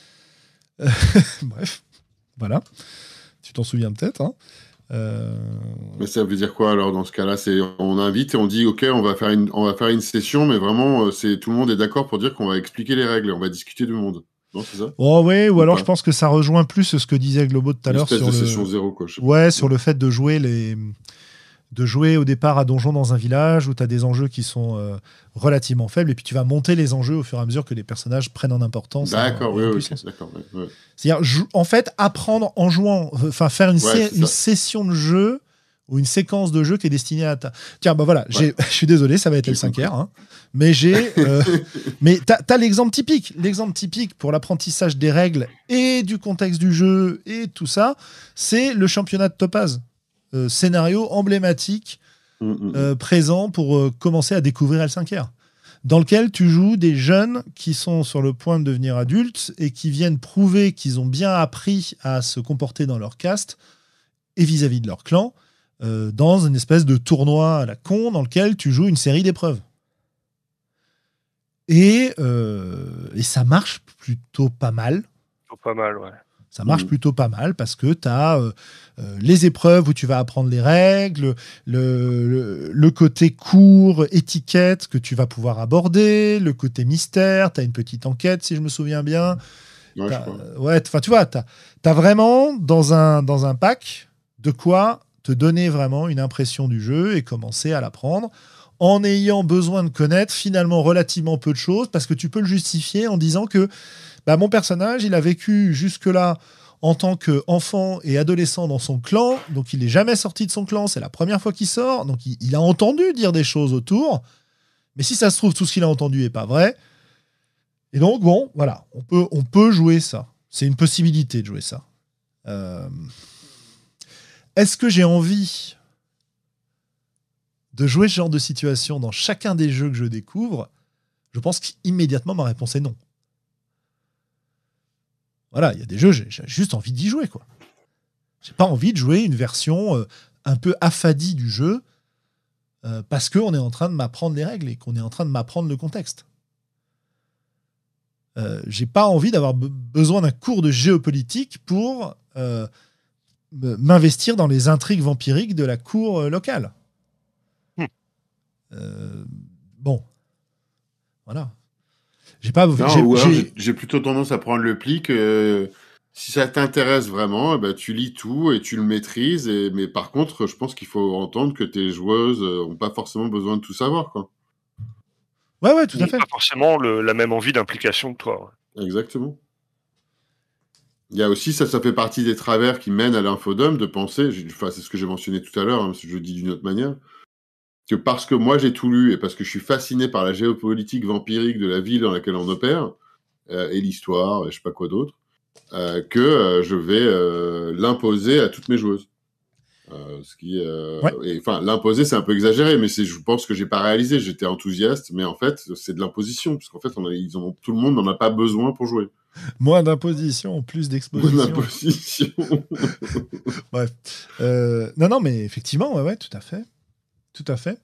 Bref, voilà. Tu t'en souviens peut-être, hein. Mais ça veut dire quoi alors dans ce cas-là? On invite et on dit ok, on va faire une session, mais vraiment tout le monde est d'accord pour dire qu'on va expliquer les règles et on va discuter du monde. Non, c'est ça? Oh ouais, ou alors je pense que ça rejoint plus ce que disait Globo tout à l'heure sur session zéro, quoi. Sur le fait de jouer au départ à donjon dans un village où tu as des enjeux qui sont relativement faibles et puis tu vas monter les enjeux au fur et à mesure que les personnages prennent en importance. D'accord, oui. C'est-à-dire, en fait, apprendre en jouant, faire une session de jeu ou une séquence de jeu qui est destinée à ta... Tiens, voilà, je suis désolé, ça va être L5R, hein, mais mais t'as l'exemple typique. L'exemple typique pour l'apprentissage des règles et du contexte du jeu et tout ça, c'est le championnat de Topaz. Scénario emblématique présent pour commencer à découvrir L5R, dans lequel tu joues des jeunes qui sont sur le point de devenir adultes et qui viennent prouver qu'ils ont bien appris à se comporter dans leur caste et vis-à-vis de leur clan, dans une espèce de tournoi à la con dans lequel tu joues une série d'épreuves. Et ça marche plutôt pas mal. Pas mal, ouais. Ça marche plutôt pas mal parce que tu as les épreuves où tu vas apprendre les règles, le côté cours, étiquette que tu vas pouvoir aborder, le côté mystère, tu as une petite enquête si je me souviens bien. Ouais, je crois. Ouais, enfin, tu vois, t'as vraiment dans un pack de quoi te donner vraiment une impression du jeu et commencer à l'apprendre en ayant besoin de connaître finalement relativement peu de choses parce que tu peux le justifier en disant que mon personnage, il a vécu jusque-là en tant qu'enfant et adolescent dans son clan, donc il n'est jamais sorti de son clan, c'est la première fois qu'il sort, donc il a entendu dire des choses autour, mais si ça se trouve, tout ce qu'il a entendu n'est pas vrai. Et donc, bon, voilà, on peut jouer ça. C'est une possibilité de jouer ça. Est-ce que j'ai envie de jouer ce genre de situation dans chacun des jeux que je découvre? Je pense qu'immédiatement, ma réponse est non. Voilà, il y a des jeux, j'ai juste envie d'y jouer, quoi. J'ai pas envie de jouer une version un peu affadie du jeu parce qu'on est en train de m'apprendre les règles et qu'on est en train de m'apprendre le contexte. J'ai pas envie d'avoir besoin d'un cours de géopolitique pour m'investir dans les intrigues vampiriques de la cour locale. Bon, voilà. J'ai plutôt tendance à prendre le pli que si ça t'intéresse vraiment, tu lis tout et tu le maîtrises. Mais par contre, je pense qu'il faut entendre que tes joueuses n'ont pas forcément besoin de tout savoir, quoi. Ouais, tout à fait. Pas forcément la même envie d'implication que toi. Ouais. Exactement. Il y a aussi, ça fait partie des travers qui mènent à l'infodome de penser, c'est ce que j'ai mentionné tout à l'heure, hein, je le dis d'une autre manière, que parce que moi j'ai tout lu et parce que je suis fasciné par la géopolitique vampirique de la ville dans laquelle on opère, et l'histoire, et je sais pas quoi d'autre, que je vais l'imposer à toutes mes joueuses. L'imposer, c'est un peu exagéré, mais je pense que j'ai pas réalisé. J'étais enthousiaste, mais en fait, c'est de l'imposition, parce qu'en fait, tout le monde n'en a pas besoin pour jouer. Moins d'imposition, plus d'exposition. Moins d'imposition. Bref. Non, mais effectivement, ouais, tout à fait. Tout à fait.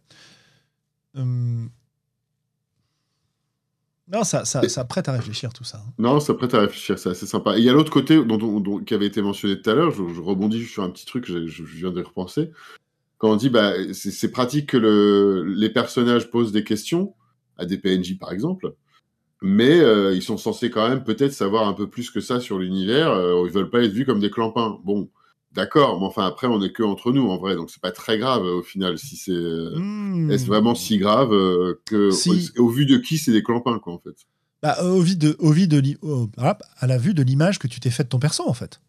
Non, ça prête à réfléchir, tout ça. Non, ça prête à réfléchir, c'est assez sympa. Et il y a l'autre côté qui avait été mentionné tout à l'heure, je rebondis sur un petit truc, je viens de repenser. Quand on dit, c'est pratique que les personnages posent des questions, à des PNJ par exemple, mais ils sont censés quand même peut-être savoir un peu plus que ça sur l'univers, ils veulent pas être vus comme des clampins. Bon, d'accord, mais enfin après on est que entre nous en vrai, donc c'est pas très grave au final si c'est... Est-ce vraiment si grave au vu de qui c'est des clampins, quoi, en fait? À la vue de l'image que tu t'es faite de ton perso, en fait.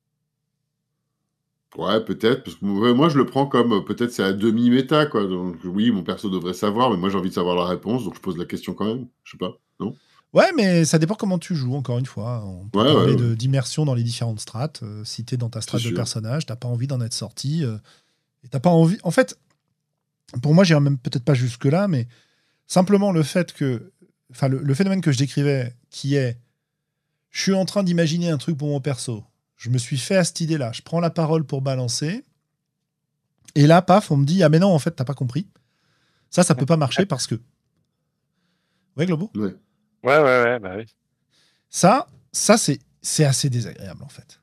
Ouais, peut-être, parce que moi je le prends comme peut-être c'est à demi-méta, quoi. Donc oui, mon perso devrait savoir, mais moi j'ai envie de savoir la réponse, donc je pose la question quand même. Je sais pas, non? Ouais, mais ça dépend comment tu joues, encore une fois. On peut parler d'immersion dans les différentes strates. Si t'es dans ta strate de personnage, t'as pas envie d'en être sorti. Et t'as pas envie... En fait, pour moi, j'irais même peut-être pas jusque-là, mais simplement le fait que... Enfin, le phénomène que je décrivais, qui est... Je suis en train d'imaginer un truc pour mon perso. Je me suis fait à cette idée-là. Je prends la parole pour balancer. Et là, paf, on me dit « Ah mais non, en fait, t'as pas compris. » Ça peut pas marcher parce que... Ouais, Globo ? Ouais. Ouais, bah oui. Ça c'est assez désagréable, en fait.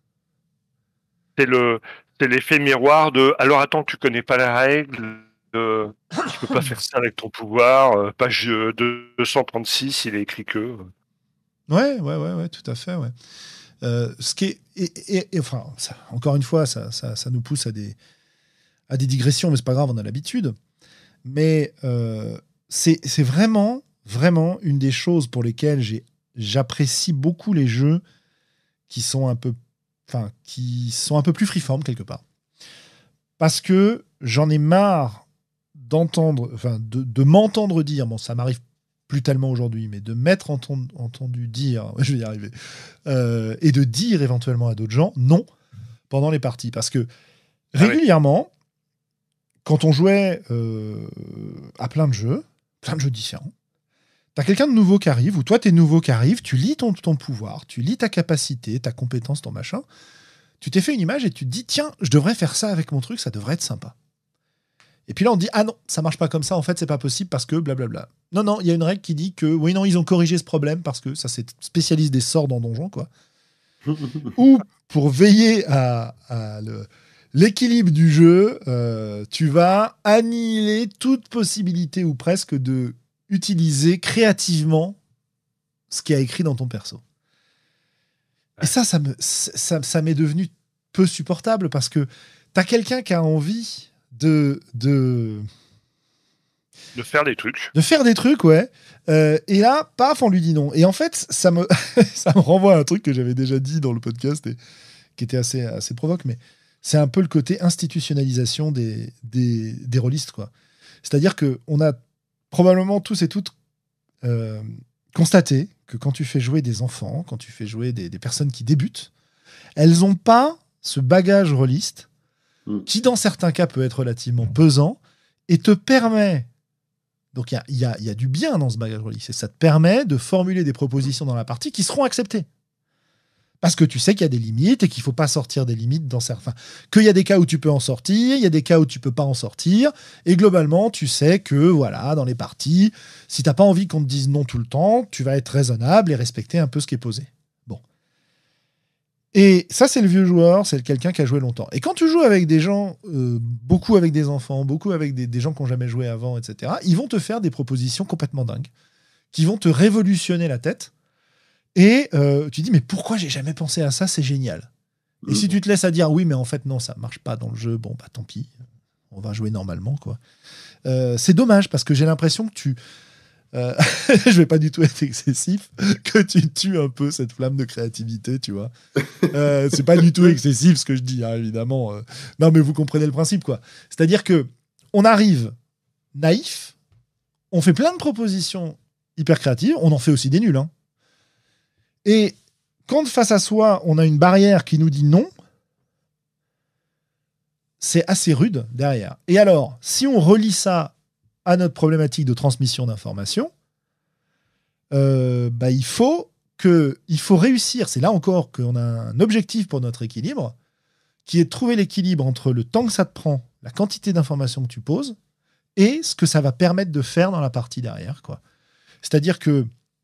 C'est l'effet miroir de « Alors attends, tu connais pas la règle, tu peux pas faire ça avec ton pouvoir. Page 236, il est écrit que... » Ouais, tout à fait, ouais. Ce qui est... enfin, encore une fois, ça nous pousse à des digressions, mais c'est pas grave, on a l'habitude. Mais c'est vraiment une des choses pour lesquelles j'apprécie beaucoup les jeux qui sont un peu plus freeform quelque part. Parce que j'en ai marre d'entendre, de m'entendre dire, bon, ça m'arrive plus tellement aujourd'hui, mais de m'être entendu dire, je vais y arriver, et de dire éventuellement à d'autres gens non pendant les parties. Parce que régulièrement, quand on jouait à plein de jeux différents, t'as quelqu'un de nouveau qui arrive, ou toi t'es nouveau qui arrive, tu lis ton pouvoir, tu lis ta capacité, ta compétence, ton machin, tu t'es fait une image et tu te dis tiens, je devrais faire ça avec mon truc, ça devrait être sympa. Et puis là on te dit ah non, ça marche pas comme ça, en fait c'est pas possible parce que blablabla. Non, il y a une règle qui dit que oui non, ils ont corrigé ce problème parce que ça c'est spécialiste des sorts dans Donjon, quoi. Ou pour veiller à l'équilibre du jeu, tu vas annihiler toute possibilité ou presque de utiliser créativement ce qui a écrit dans ton perso. Et ça m'est devenu peu supportable parce que t'as quelqu'un qui a envie de faire des trucs. De faire des trucs, ouais. Et là, paf, on lui dit non. Et en fait, ça me renvoie à un truc que j'avais déjà dit dans le podcast et qui était assez provoque, mais c'est un peu le côté institutionnalisation des rôlistes, quoi. C'est-à-dire qu'on a probablement tous et toutes constaté que quand tu fais jouer des enfants, quand tu fais jouer des personnes qui débutent, elles n'ont pas ce bagage rôliste qui, dans certains cas, peut être relativement pesant et te permet... Donc, il y a du bien dans ce bagage rôliste. Et ça te permet de formuler des propositions dans la partie qui seront acceptées. Parce que tu sais qu'il y a des limites et qu'il ne faut pas sortir des limites dans certains... Qu'il y a des cas où tu peux en sortir, il y a des cas où tu ne peux pas en sortir. Et globalement, tu sais que, voilà, dans les parties, si tu n'as pas envie qu'on te dise non tout le temps, tu vas être raisonnable et respecter un peu ce qui est posé. Bon. Et ça, c'est le vieux joueur, c'est quelqu'un qui a joué longtemps. Et quand tu joues avec des gens, beaucoup avec des enfants, beaucoup avec des gens qui n'ont jamais joué avant, etc., ils vont te faire des propositions complètement dingues, qui vont te révolutionner la tête. Et tu dis, mais pourquoi j'ai jamais pensé à ça? C'est génial. Et si tu te laisses à dire, oui, mais en fait, non, ça marche pas dans le jeu, bon, bah tant pis, on va jouer normalement, quoi. C'est dommage, parce que j'ai l'impression que tu... je vais pas du tout être excessif, que tu tues un peu cette flamme de créativité, tu vois. C'est pas du tout excessif ce que je dis, hein, évidemment. Non, mais vous comprenez le principe, quoi. C'est-à-dire que on arrive naïf, on fait plein de propositions hyper créatives, on en fait aussi des nuls, hein. Et quand face à soi, on a une barrière qui nous dit non, c'est assez rude derrière. Et alors, si on relie ça à notre problématique de transmission d'informations, il faut réussir. C'est là encore qu'on a un objectif pour notre équilibre, qui est de trouver l'équilibre entre le temps que ça te prend, la quantité d'informations que tu poses, et ce que ça va permettre de faire dans la partie derrière, quoi. C'est-à-dire que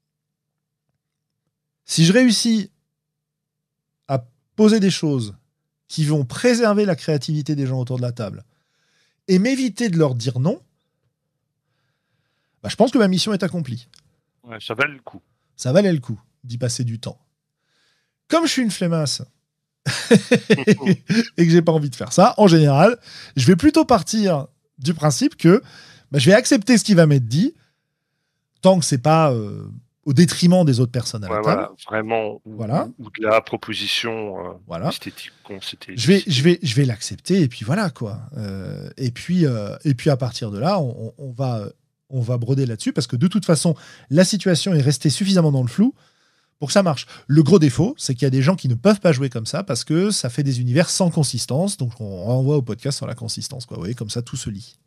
si je réussis à poser des choses qui vont préserver la créativité des gens autour de la table et m'éviter de leur dire non, je pense que ma mission est accomplie. Ouais, ça valait le coup. Ça valait le coup d'y passer du temps. Comme je suis une flemmasse et que j'ai pas envie de faire ça, en général, je vais plutôt partir du principe que je vais accepter ce qui va m'être dit tant que c'est pas... au détriment des autres personnes à la table. Voilà, vraiment, ou de la proposition esthétique qu'on s'était... Je vais l'accepter, et puis voilà, quoi. Et puis à partir de là, on va broder là-dessus, parce que de toute façon, la situation est restée suffisamment dans le flou pour que ça marche. Le gros défaut, c'est qu'il y a des gens qui ne peuvent pas jouer comme ça, parce que ça fait des univers sans consistance, donc on renvoie au podcast sur la consistance, quoi. Vous voyez, comme ça, tout se lie.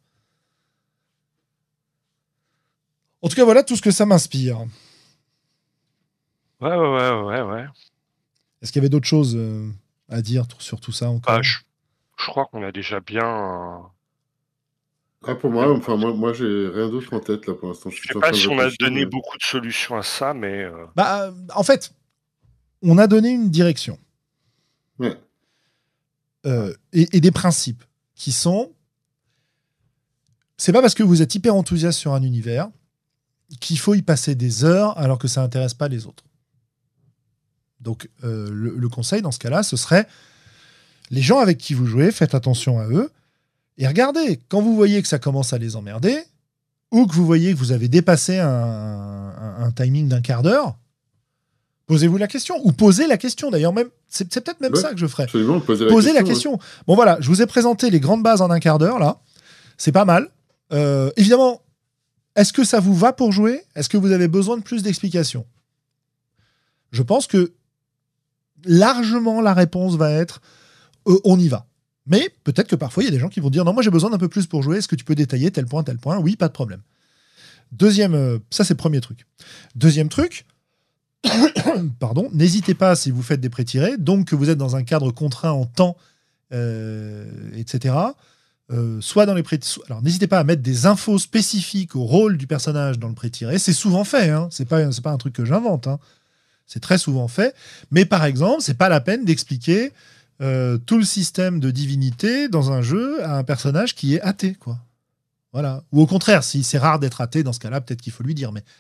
En tout cas, voilà tout ce que ça m'inspire. Ouais. Est-ce qu'il y avait d'autres choses à dire sur tout ça encore? Je crois qu'on a déjà bien... pour moi, j'ai rien d'autre en tête là pour l'instant. Je sais pas si on a donné beaucoup de solutions à ça, mais... en fait, on a donné une direction. Ouais. Et des principes qui sont... C'est pas parce que vous êtes hyper enthousiaste sur un univers qu'il faut y passer des heures alors que ça n'intéresse pas les autres. Donc, le conseil dans ce cas-là, ce serait les gens avec qui vous jouez, faites attention à eux et regardez, quand vous voyez que ça commence à les emmerder ou que vous voyez que vous avez dépassé un timing d'un quart d'heure, posez-vous la question ou posez la question. D'ailleurs, même, c'est peut-être même ça que je ferais. Absolument, posez la question. Ouais. Bon, voilà, je vous ai présenté les grandes bases en un quart d'heure, là. C'est pas mal. Évidemment, est-ce que ça vous va pour jouer? Est-ce que vous avez besoin de plus d'explications? Je pense que largement la réponse va être on y va. Mais peut-être que parfois il y a des gens qui vont dire non, moi j'ai besoin d'un peu plus pour jouer, est-ce que tu peux détailler tel point? Oui, pas de problème. Deuxième, ça c'est le premier truc. Deuxième truc, pardon, n'hésitez pas si vous faites des pré-tirés, donc que vous êtes dans un cadre contraint en temps, etc. Soit dans les alors n'hésitez pas à mettre des infos spécifiques au rôle du personnage dans le pré-tiré, c'est souvent fait, hein. C'est pas un truc que j'invente, hein. C'est très souvent fait. Mais par exemple, c'est pas la peine d'expliquer tout le système de divinité dans un jeu à un personnage qui est athée, quoi. Voilà. Ou au contraire, si c'est rare d'être athée, dans ce cas-là, peut-être qu'il faut lui dire. Mais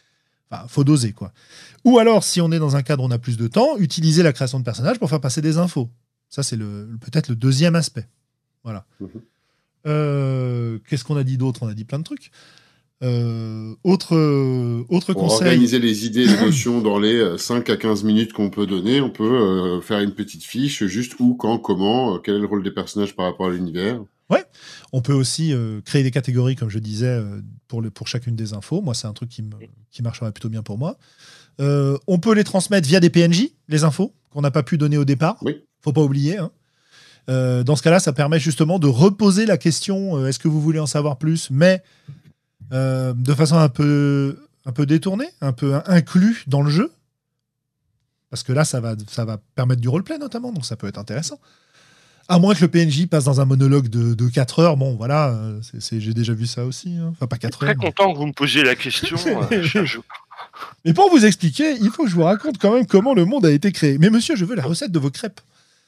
Enfin, faut doser, quoi. Ou alors, si on est dans un cadre où on a plus de temps, utiliser la création de personnages pour faire passer des infos. Ça, c'est peut-être le deuxième aspect. Voilà. Qu'est-ce qu'on a dit d'autre? On a dit plein de trucs. Autre Pour conseil. organiser les idées et les notions dans les 5 à 15 minutes qu'on peut donner, on peut faire une petite fiche, juste où, quand, comment, quel est le rôle des personnages par rapport à l'univers. Ouais, on peut aussi créer des catégories, comme je disais, pour chacune des infos. Moi, c'est un truc qui marcherait plutôt bien pour moi. On peut les transmettre via des PNJ, les infos, qu'on n'a pas pu donner au départ. Oui. Faut pas oublier. Hein. Dans ce cas-là, ça permet justement de reposer la question est-ce que vous voulez en savoir plus, mais de façon un peu détournée, un peu inclus dans le jeu. Parce que là, ça va permettre du roleplay notamment, donc ça peut être intéressant. À moins que le PNJ passe dans un monologue de 4 heures, bon voilà, j'ai déjà vu ça aussi. Hein. Enfin, pas 4 heures. Très content que vous me posiez la question. Mais pour vous expliquer, il faut que je vous raconte quand même comment le monde a été créé. Mais monsieur, je veux la recette de vos crêpes.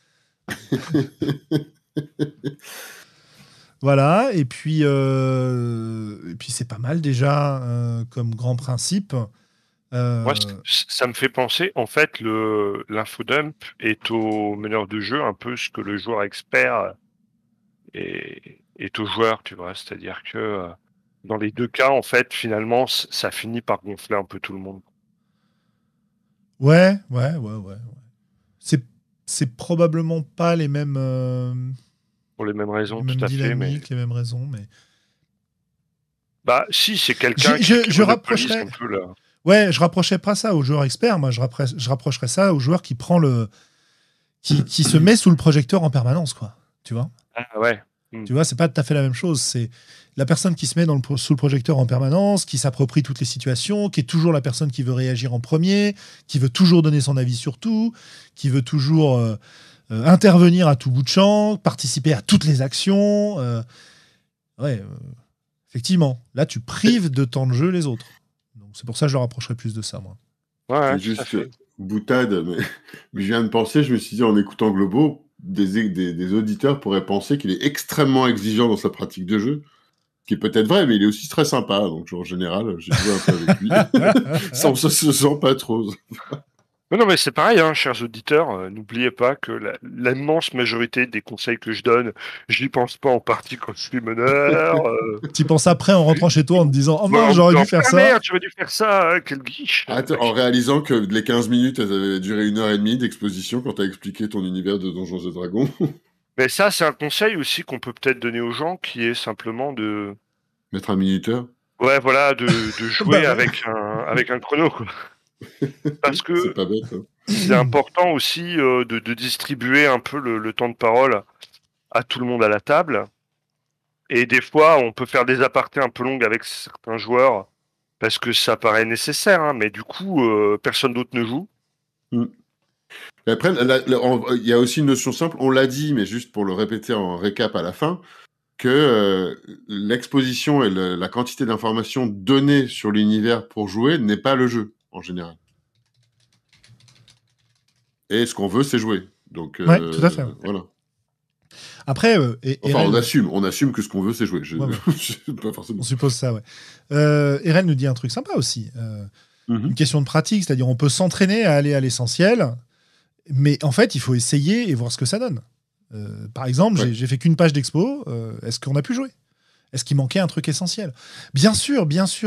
Voilà, et puis c'est pas mal déjà comme grand principe. Moi, ça me fait penser, en fait, l'infodump est au meneur de jeu un peu ce que le joueur expert est au joueur, tu vois. C'est-à-dire que dans les deux cas, en fait, finalement, ça finit par gonfler un peu tout le monde. Ouais. C'est probablement pas les mêmes... Pour les mêmes raisons, les mêmes tout à fait. Mais... les mêmes raisons, mais... Bah, si, c'est quelqu'un qui je rapprocherais... un peu là. Ouais, je rapprocherais pas ça aux joueurs experts. Moi, je rapprocherais ça au joueur qui prend qui se met sous le projecteur en permanence, quoi. Tu vois ? Ah ouais. Tu vois, c'est pas tout à fait la même chose. C'est la personne qui se met sous le projecteur en permanence, qui s'approprie toutes les situations, qui est toujours la personne qui veut réagir en premier, qui veut toujours donner son avis sur tout, qui veut toujours intervenir à tout bout de champ, participer à toutes les actions. Effectivement, là, tu prives de temps de jeu les autres. Donc, c'est pour ça que je le rapprocherais plus de ça, moi. Ouais, juste boutade, mais je viens de penser, je me suis dit en écoutant Globo, des auditeurs pourraient penser qu'il est extrêmement exigeant dans sa pratique de jeu, ce qui est peut-être vrai, mais il est aussi très sympa, donc en général, j'ai joué un peu avec lui, ça se sent pas trop. Non, mais c'est pareil, hein, chers auditeurs, n'oubliez pas que l'immense majorité des conseils que je donne, j'y pense pas en partie quand je suis meneur. Tu penses après en rentrant chez toi en te disant « Oh non, j'aurais dû faire ça !» Merde, j'aurais dû faire ça, quel guiche. En réalisant que les 15 minutes, elles avaient duré 1h30 d'exposition quand t'as expliqué ton univers de Donjons et Dragons. Mais ça, c'est un conseil aussi qu'on peut peut-être donner aux gens, qui est simplement de... Mettre un minuteur. Ouais, voilà, de jouer avec un chrono, quoi. Parce que c'est pas bête, hein. C'est important aussi de distribuer un peu le temps de parole à tout le monde à la table. Et des fois, on peut faire des apartés un peu longues avec certains joueurs parce que ça paraît nécessaire, hein, mais du coup, personne d'autre ne joue. Après, il y a aussi une notion simple, on l'a dit, mais juste pour le répéter en récap à la fin, que l'exposition et la quantité d'informations données sur l'univers pour jouer n'est pas le jeu, en général. Et ce qu'on veut, c'est jouer. Donc, ouais, tout à fait. Voilà. Après, on assume que ce qu'on veut, c'est jouer. Pas forcément. On suppose ça, ouais. Eren nous dit un truc sympa aussi. Une question de pratique, c'est-à-dire on peut s'entraîner à aller à l'essentiel, mais en fait, il faut essayer et voir ce que ça donne. Par exemple, j'ai fait qu'une page d'expo. Est-ce qu'on a pu jouer ? Est-ce qu'il manquait un truc essentiel ? Bien sûr.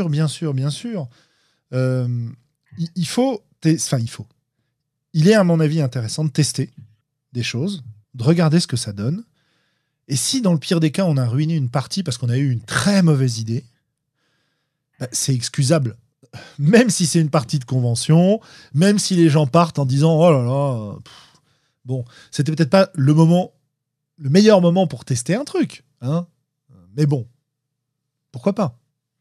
Il faut. Il est, à mon avis, intéressant de tester des choses, de regarder ce que ça donne. Et si, dans le pire des cas, on a ruiné une partie parce qu'on a eu une très mauvaise idée, c'est excusable. Même si c'est une partie de convention, même si les gens partent en disant « Oh là là, bon, c'était peut-être pas le meilleur moment pour tester un truc. Hein, mais bon, pourquoi pas ?»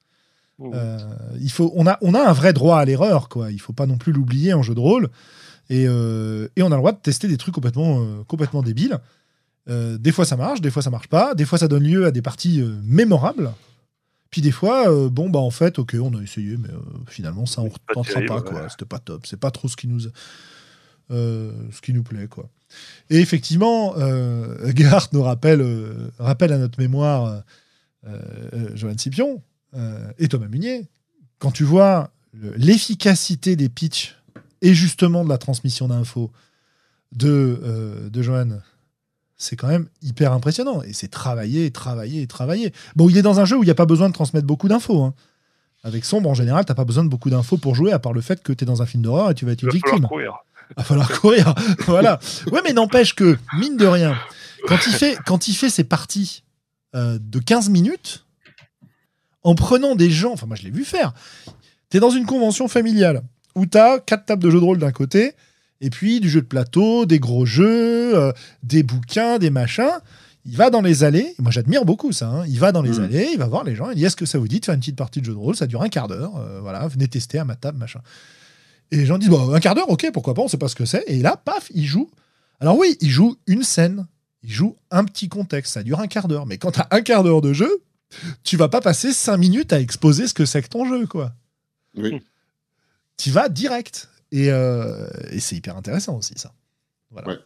On a un vrai droit à l'erreur, quoi. Il faut pas non plus l'oublier en jeu de rôle. Et on a le droit de tester des trucs complètement débiles. Des fois ça marche, des fois ça marche pas, des fois ça donne lieu à des parties mémorables. Puis des fois, en fait, ok, on a essayé, mais finalement ça on retentera pas, quoi. C'était pas top, c'est pas trop ce qui nous plaît, quoi. Et effectivement, Gerhardt nous rappelle à notre mémoire Johan Scipion et Thomas Munier. Quand tu vois l'efficacité des pitchs et justement de la transmission d'infos de Johan, c'est quand même hyper impressionnant. Et c'est travailler. Bon, il est dans un jeu où il n'y a pas besoin de transmettre beaucoup d'infos. Hein. Avec Sombre, en général, t'as pas besoin de beaucoup d'infos pour jouer, à part le fait que t'es dans un film d'horreur et tu vas être une victime. Il va falloir courir. Voilà. Ouais, mais n'empêche que, mine de rien, quand il fait ses parties de 15 minutes, en prenant des gens, enfin moi je l'ai vu faire, t'es dans une convention familiale où t'as 4 tables de jeux de rôle d'un côté, et puis du jeu de plateau, des gros jeux, des bouquins, des machins. Il va dans les allées, et moi j'admire beaucoup ça, hein. Il va dans les allées, il va voir les gens, il dit est-ce que ça vous dit de faire une petite partie de jeu de rôle, ça dure un quart d'heure, voilà, venez tester à ma table, machin. Et les gens disent un quart d'heure, ok, pourquoi pas, on sait pas ce que c'est, et là, paf, il joue. Alors oui, il joue une scène, il joue un petit contexte, ça dure un quart d'heure, mais quand t'as un quart d'heure de jeu, tu vas pas passer 5 minutes à exposer ce que c'est que ton jeu, quoi. Oui. Tu vas direct, et c'est hyper intéressant aussi, ça. Voilà. Ouais.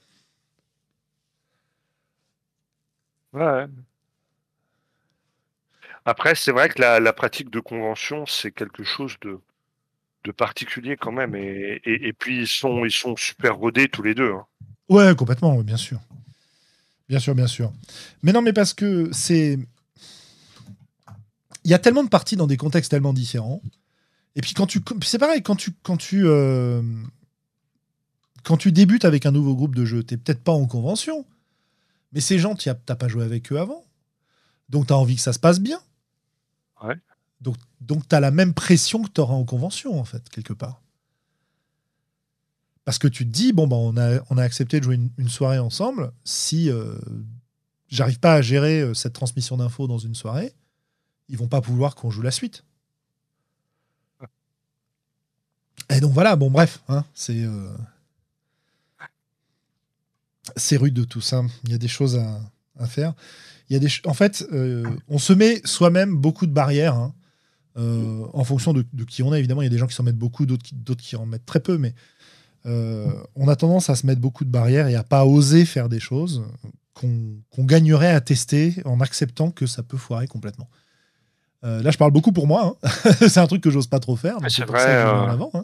Ouais. Après, c'est vrai que la pratique de convention, c'est quelque chose de particulier quand même. Et puis, ils sont super rodés tous les deux. Hein. Ouais, complètement, ouais, bien sûr. Bien sûr. Mais non, mais parce que c'est... Il y a tellement de parties dans des contextes tellement différents. Et puis, c'est pareil, quand tu débutes avec un nouveau groupe de jeu, t'es peut-être pas en convention. Mais ces gens, t'as pas joué avec eux avant. Donc, t'as envie que ça se passe bien. Ouais. Donc t'as la même pression que t'auras en convention, en fait, quelque part. Parce que tu te dis, bon, on a accepté de jouer une soirée ensemble. Si j'arrive pas à gérer cette transmission d'infos dans une soirée, ils vont pas vouloir qu'on joue la suite. Et donc voilà, bon, bref, hein, c'est rude de tout ça. Il y a des choses à faire. En fait, on se met soi-même beaucoup de barrières, hein, en fonction de qui on est. Évidemment, il y a des gens qui s'en mettent beaucoup, d'autres qui en mettent très peu, mais on a tendance à se mettre beaucoup de barrières et à pas oser faire des choses qu'on gagnerait à tester en acceptant que ça peut foirer complètement. Là, je parle beaucoup pour moi. Hein. C'est un truc que j'ose pas trop faire. Donc c'est pour vrai. ça que je le mets en avant. Hein.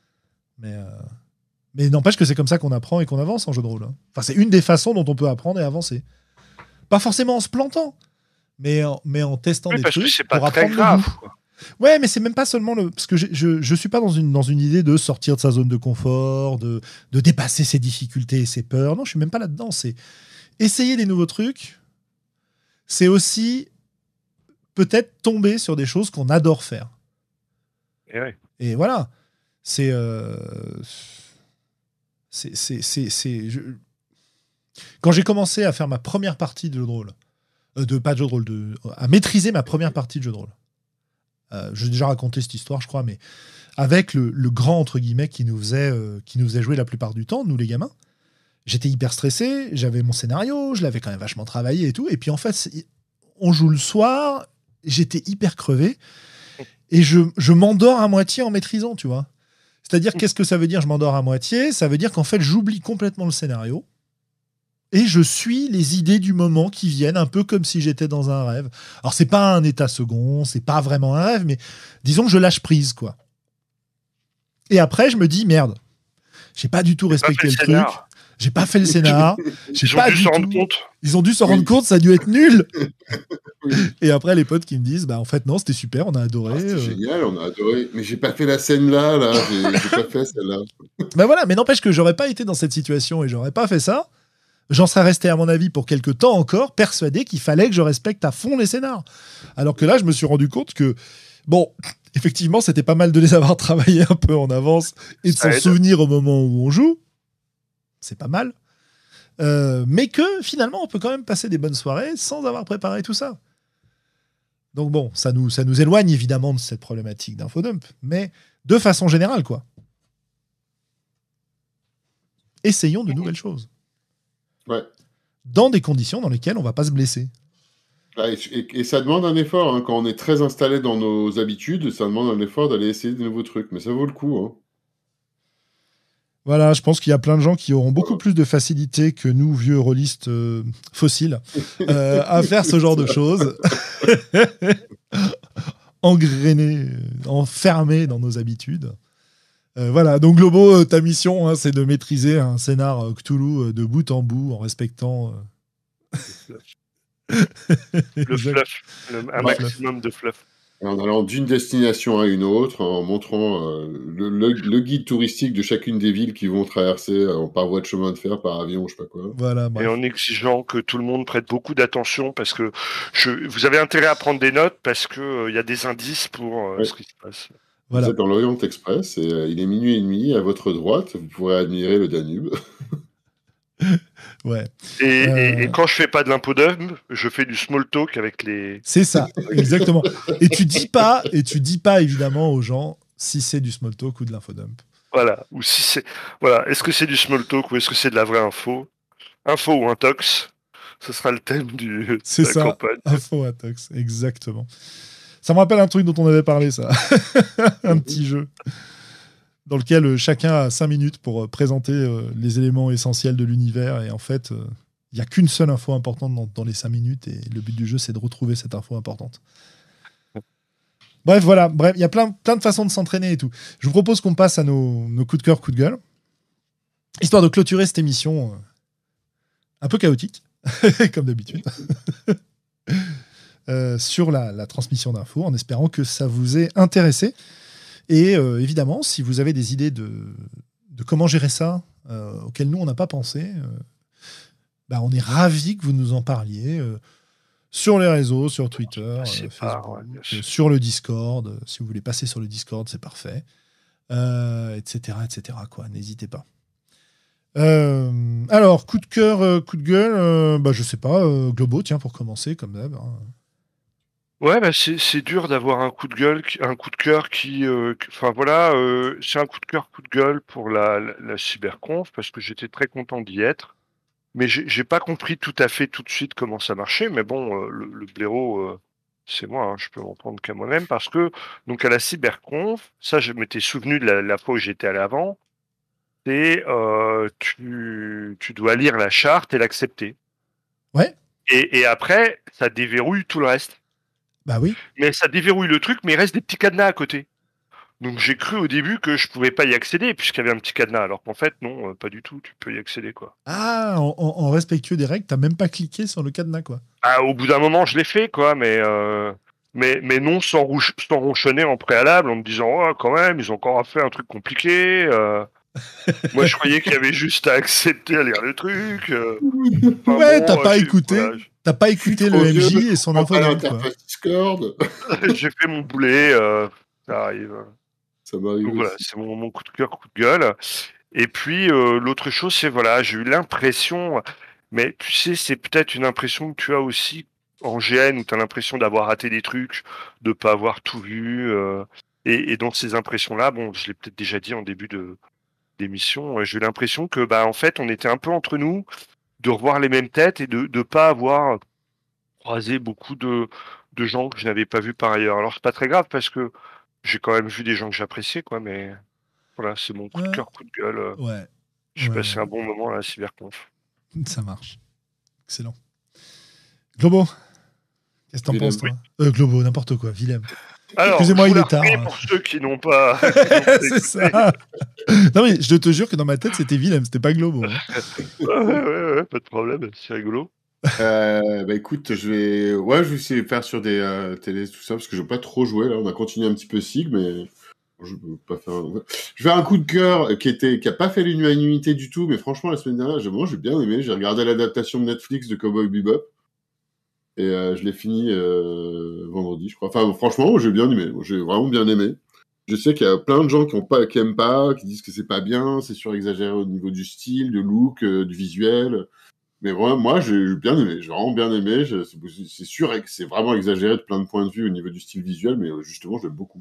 Mais n'empêche que c'est comme ça qu'on apprend et qu'on avance en jeu de rôle. Hein. Enfin, c'est une des façons dont on peut apprendre et avancer. Pas forcément en se plantant, mais en testant des trucs. Que c'est pas pour très apprendre grave. Quoi. Ouais, mais c'est même pas seulement parce que je suis pas dans une idée de sortir de sa zone de confort, de dépasser ses difficultés et ses peurs. Non, je suis même pas là-dedans. C'est essayer des nouveaux trucs. C'est aussi peut-être tomber sur des choses qu'on adore faire. Et voilà. Quand j'ai commencé à faire ma première partie de jeu de rôle, à maîtriser ma première partie de jeu de rôle. J'ai déjà raconté cette histoire, je crois, mais avec le grand entre guillemets qui nous faisait jouer la plupart du temps, nous les gamins. J'étais hyper stressé, j'avais mon scénario, je l'avais quand même vachement travaillé et tout. Et puis en fait, on joue le soir, j'étais hyper crevé et je m'endors à moitié en maîtrisant, tu vois. C'est-à-dire, qu'est-ce que ça veut dire, je m'endors à moitié? Ça veut dire qu'en fait, j'oublie complètement le scénario et je suis les idées du moment qui viennent, un peu comme si j'étais dans un rêve. Alors, c'est pas un état second, c'est pas vraiment un rêve, mais disons que je lâche prise, quoi. Et après, je me dis, merde, j'ai pas du tout respecté le truc. J'ai pas fait le scénar. Ils ont dû s'en rendre compte. Ils ont dû s'en rendre compte, ça a dû être nul. Et après, les potes qui me disent, en fait, non, c'était super, on a adoré. C'était génial, on a adoré. Mais j'ai pas fait la scène là. J'ai pas fait celle-là. Voilà, mais n'empêche que j'aurais pas été dans cette situation et j'aurais pas fait ça. J'en serais resté, à mon avis, pour quelques temps encore, persuadé qu'il fallait que je respecte à fond les scénars. Alors que là, je me suis rendu compte que, bon, effectivement, c'était pas mal de les avoir travaillés un peu en avance et de s'en souvenir au moment où on joue. C'est pas mal. Mais que, finalement, on peut quand même passer des bonnes soirées sans avoir préparé tout ça. Donc bon, ça nous éloigne évidemment de cette problématique d'infodump, mais de façon générale, quoi. Essayons de nouvelles choses. Ouais. Dans des conditions dans lesquelles on va pas se blesser. Et ça demande un effort. Hein. Quand on est très installé dans nos habitudes, ça demande un effort d'aller essayer de nouveaux trucs. Mais ça vaut le coup. Hein. Voilà, je pense qu'il y a plein de gens qui auront beaucoup plus de facilité que nous, vieux rôlistes fossiles, à faire ce genre de choses. engrainés, enfermés dans nos habitudes. Voilà, donc Globo, ta mission, c'est de maîtriser un scénar Cthulhu de bout en bout en respectant Le fluff, un maximum de fluff. En allant d'une destination à une autre, en montrant le guide touristique de chacune des villes qui vont traverser par voie de chemin de fer, par avion, je sais pas quoi. Voilà, et en exigeant que tout le monde prête beaucoup d'attention parce que vous avez intérêt à prendre des notes parce que y a des indices pour ce qui se passe. Voilà. Vous êtes dans l'Orient Express et il est 00h30. À votre droite, vous pourrez admirer le Danube. Ouais. Et quand je fais pas de l'infodump, je fais du small talk avec les. C'est ça, exactement. Et tu dis pas évidemment aux gens si c'est du small talk ou de l'infodump. Voilà. Ou si c'est. Voilà. Est-ce que c'est du small talk ou est-ce que c'est de la vraie info? Info ou intox? Ce sera le thème de la campagne. Info intox, exactement. Ça me rappelle un truc dont on avait parlé, ça. Un petit jeu dans lequel chacun a 5 minutes pour présenter les éléments essentiels de l'univers. Et en fait, il n'y a qu'une seule info importante dans les 5 minutes. Et le but du jeu, c'est de retrouver cette info importante. Bref, voilà. Bref, il y a plein de façons de s'entraîner et tout. Je vous propose qu'on passe à nos coups de cœur, coups de gueule. Histoire de clôturer cette émission un peu chaotique, comme d'habitude. Sur la transmission d'infos, en espérant que ça vous ait intéressé. Et évidemment, si vous avez des idées de comment gérer ça, auxquelles nous, on n'a pas pensé, on est ravis que vous nous en parliez sur les réseaux, sur Twitter, Facebook, sur le Discord. Si vous voulez passer sur le Discord, c'est parfait. Etc., etc., quoi. N'hésitez pas. Alors, coup de cœur, coup de gueule, je sais pas, Globo, tiens, pour commencer, comme d'hab. Hein. Ouais, c'est dur d'avoir un coup de gueule, un coup de cœur qui, enfin voilà, c'est un coup de cœur, coup de gueule pour la cyberconf parce que j'étais très content d'y être, mais j'ai pas compris tout à fait tout de suite comment ça marchait, mais bon, le blaireau, c'est moi, hein, je peux m'en prendre qu'à moi-même parce que donc à la cyberconf, ça je m'étais souvenu de la fois où j'étais allé avant, c'est tu dois lire la charte et l'accepter. Ouais. Et après, ça déverrouille tout le reste. Bah oui. Mais ça déverrouille le truc, mais il reste des petits cadenas à côté. Donc j'ai cru au début que je pouvais pas y accéder puisqu'il y avait un petit cadenas, alors qu'en fait non, pas du tout, tu peux y accéder quoi. Ah, en respectueux des règles, t'as même pas cliqué sur le cadenas quoi. Ah, au bout d'un moment je l'ai fait quoi, mais non sans ronchonner en préalable en me disant oh quand même ils ont encore fait un truc compliqué. Moi je croyais qu'il y avait juste à accepter à lire le truc. Enfin, ouais, bon, t'as pas écouté. Voilà, t'as pas écouté le MJ et son info. Discord. J'ai fait mon boulet, ça arrive. Ça m'arrive. Donc voilà, c'est mon coup de cœur, coup de gueule. Et puis l'autre chose, c'est voilà, j'ai eu l'impression, mais tu sais, c'est peut-être une impression que tu as aussi en GN où tu as l'impression d'avoir raté des trucs, de pas avoir tout vu. Et dans ces impressions-là, bon, je l'ai peut-être déjà dit en début d'émission, j'ai eu l'impression que en fait, on était un peu entre nous, de revoir les mêmes têtes et de pas avoir croisé beaucoup de gens que je n'avais pas vus par ailleurs. Alors c'est pas très grave parce que j'ai quand même vu des gens que j'appréciais, quoi, mais voilà, c'est mon coup de cœur, coup de gueule. Ouais. J'ai passé un bon moment à la cyberconf. Ça marche. Excellent. Globo, qu'est-ce que t'en penses, toi? Globo, n'importe quoi, Willem. Alors, excusez-moi, il est tard. Pour ceux qui n'ont pas. C'est ça. Non, mais je te jure que dans ma tête, c'était Willem, c'était pas Globo. Hein. Ouais, pas de problème, c'est rigolo. Écoute, je vais essayer de faire sur des télés, tout ça, parce que je vais pas trop jouer, là. On a continué un petit peu SIG, mais je peux pas faire. Je vais faire un coup de cœur qui a pas fait l'unanimité du tout, mais franchement, la semaine dernière, j'ai bien aimé. J'ai regardé l'adaptation de Netflix de Cowboy Bebop. Et je l'ai fini vendredi, je crois. Enfin, franchement, j'ai bien aimé. J'ai vraiment bien aimé. Je sais qu'il y a plein de gens qui aiment pas, qui disent que c'est pas bien, c'est surexagéré au niveau du style, du look, du visuel. Mais vraiment, moi, j'ai bien aimé. J'ai vraiment bien aimé. C'est sûr que c'est vraiment exagéré de plein de points de vue au niveau du style visuel, mais justement, j'aime beaucoup.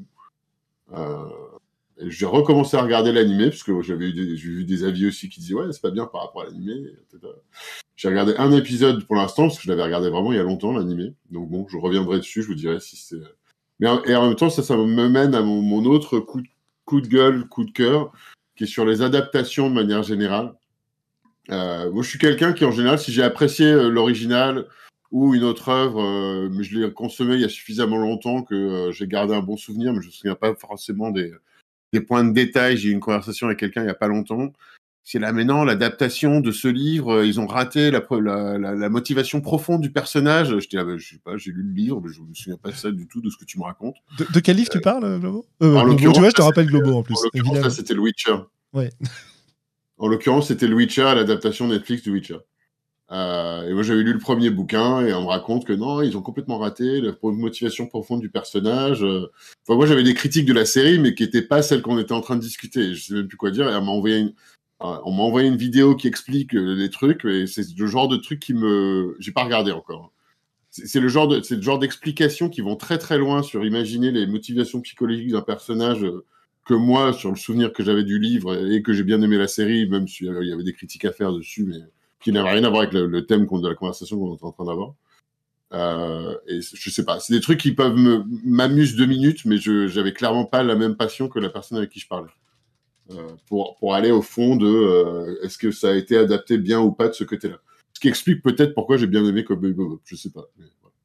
Et j'ai recommencé à regarder l'animé, parce que j'ai vu des avis aussi qui disaient « Ouais, c'est pas bien par rapport à l'animé. » J'ai regardé un épisode pour l'instant, parce que je l'avais regardé vraiment il y a longtemps, l'animé. Donc bon, je reviendrai dessus, je vous dirai si c'est... Et en même temps, ça me mène à mon autre coup de gueule, coup de cœur, qui est sur les adaptations de manière générale. Moi, je suis quelqu'un qui, en général, si j'ai apprécié l'original ou une autre œuvre, mais je l'ai consommée il y a suffisamment longtemps que j'ai gardé un bon souvenir, mais je me souviens pas forcément des points de détail. J'ai eu une conversation avec quelqu'un il y a pas longtemps. C'est là, mais non, l'adaptation de ce livre, ils ont raté la motivation profonde du personnage. Je dis, je sais pas, j'ai lu le livre, mais je me souviens pas de ça du tout, de ce que tu me racontes. De quel livre tu parles, Globo En Globo, tu vois, je te rappelle Globo en En plus. l'occurrence, Évidemment. ça, c'était le Witcher. Ouais. En l'occurrence, c'était le Witcher, l'adaptation Netflix du Witcher. Et moi, j'avais lu le premier bouquin et on me raconte que non, ils ont complètement raté la motivation profonde du personnage. Enfin, moi, j'avais des critiques de la série, mais qui n'étaient pas celles qu'on était en train de discuter. Je sais même plus quoi dire. Et on m'a envoyé une vidéo qui explique les trucs. Et c'est le genre de truc j'ai pas regardé encore. C'est le genre d'explications qui vont très très loin sur imaginer les motivations psychologiques d'un personnage. Que moi, sur le souvenir que j'avais du livre et que j'ai bien aimé la série, même s'il y avait des critiques à faire dessus, mais qui n'avait rien à voir avec le thème de la conversation qu'on est en train d'avoir. Et je sais pas, c'est des trucs qui peuvent m'amuser 2 minutes, mais j'avais clairement pas la même passion que la personne avec qui je parlais. Pour aller au fond de est-ce que ça a été adapté bien ou pas de ce côté-là. Ce qui explique peut-être pourquoi j'ai bien aimé Cowboy Bebop, je sais pas. Mais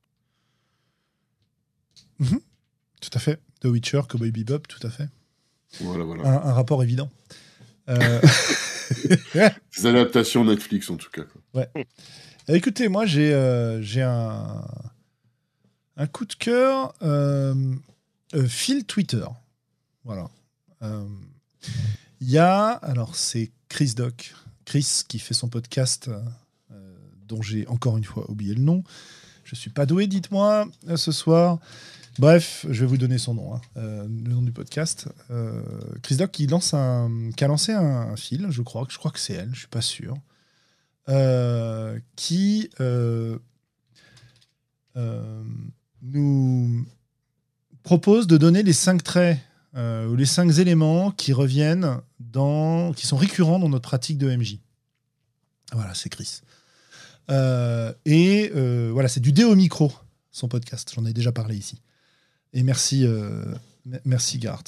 voilà. Tout à fait. The Witcher, Cowboy Bebop, tout à fait. Voilà. Un rapport évident. Des adaptations Netflix en tout cas. Quoi. Ouais. Écoutez, moi j'ai un coup de cœur fil Twitter. Voilà. Il y a, alors c'est Chris qui fait son podcast dont j'ai encore une fois oublié le nom. Je suis pas doué, dites-moi ce soir. Bref, je vais vous donner son nom, le nom du podcast. Chris Doc qui a lancé un fil, je crois que c'est elle, je suis pas sûr, qui nous propose de donner les 5 traits ou les 5 éléments qui qui sont récurrents dans notre pratique de MJ. Voilà, c'est Chris. Voilà, c'est du dé au micro, son podcast. J'en ai déjà parlé ici. Et merci Gart.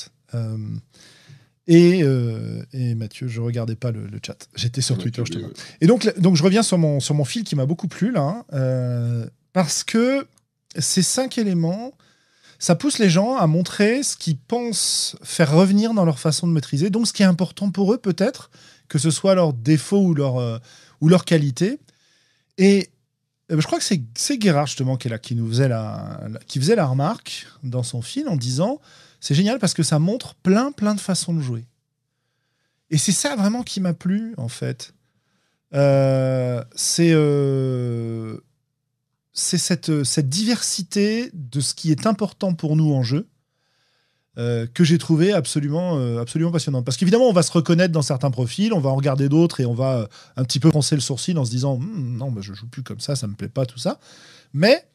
Et Mathieu, je regardais pas le chat. J'étais sur Twitter, justement. Et donc je reviens sur mon fil qui m'a beaucoup plu, là, parce que ces 5 éléments, ça pousse les gens à montrer ce qu'ils pensent faire revenir dans leur façon de maîtriser, donc ce qui est important pour eux, peut-être, que ce soit leurs défauts ou leur qualité. Et je crois que c'est Gerhard, justement, qui est là, qui faisait la remarque dans son fil en disant c'est génial parce que ça montre plein de façons de jouer. Et c'est ça vraiment qui m'a plu, en fait. C'est cette diversité de ce qui est important pour nous en jeu que j'ai trouvé absolument passionnante. Parce qu'évidemment, on va se reconnaître dans certains profils, on va en regarder d'autres et on va un petit peu froncer le sourcil en se disant non, bah, je joue plus comme ça me plaît pas, tout ça. Mais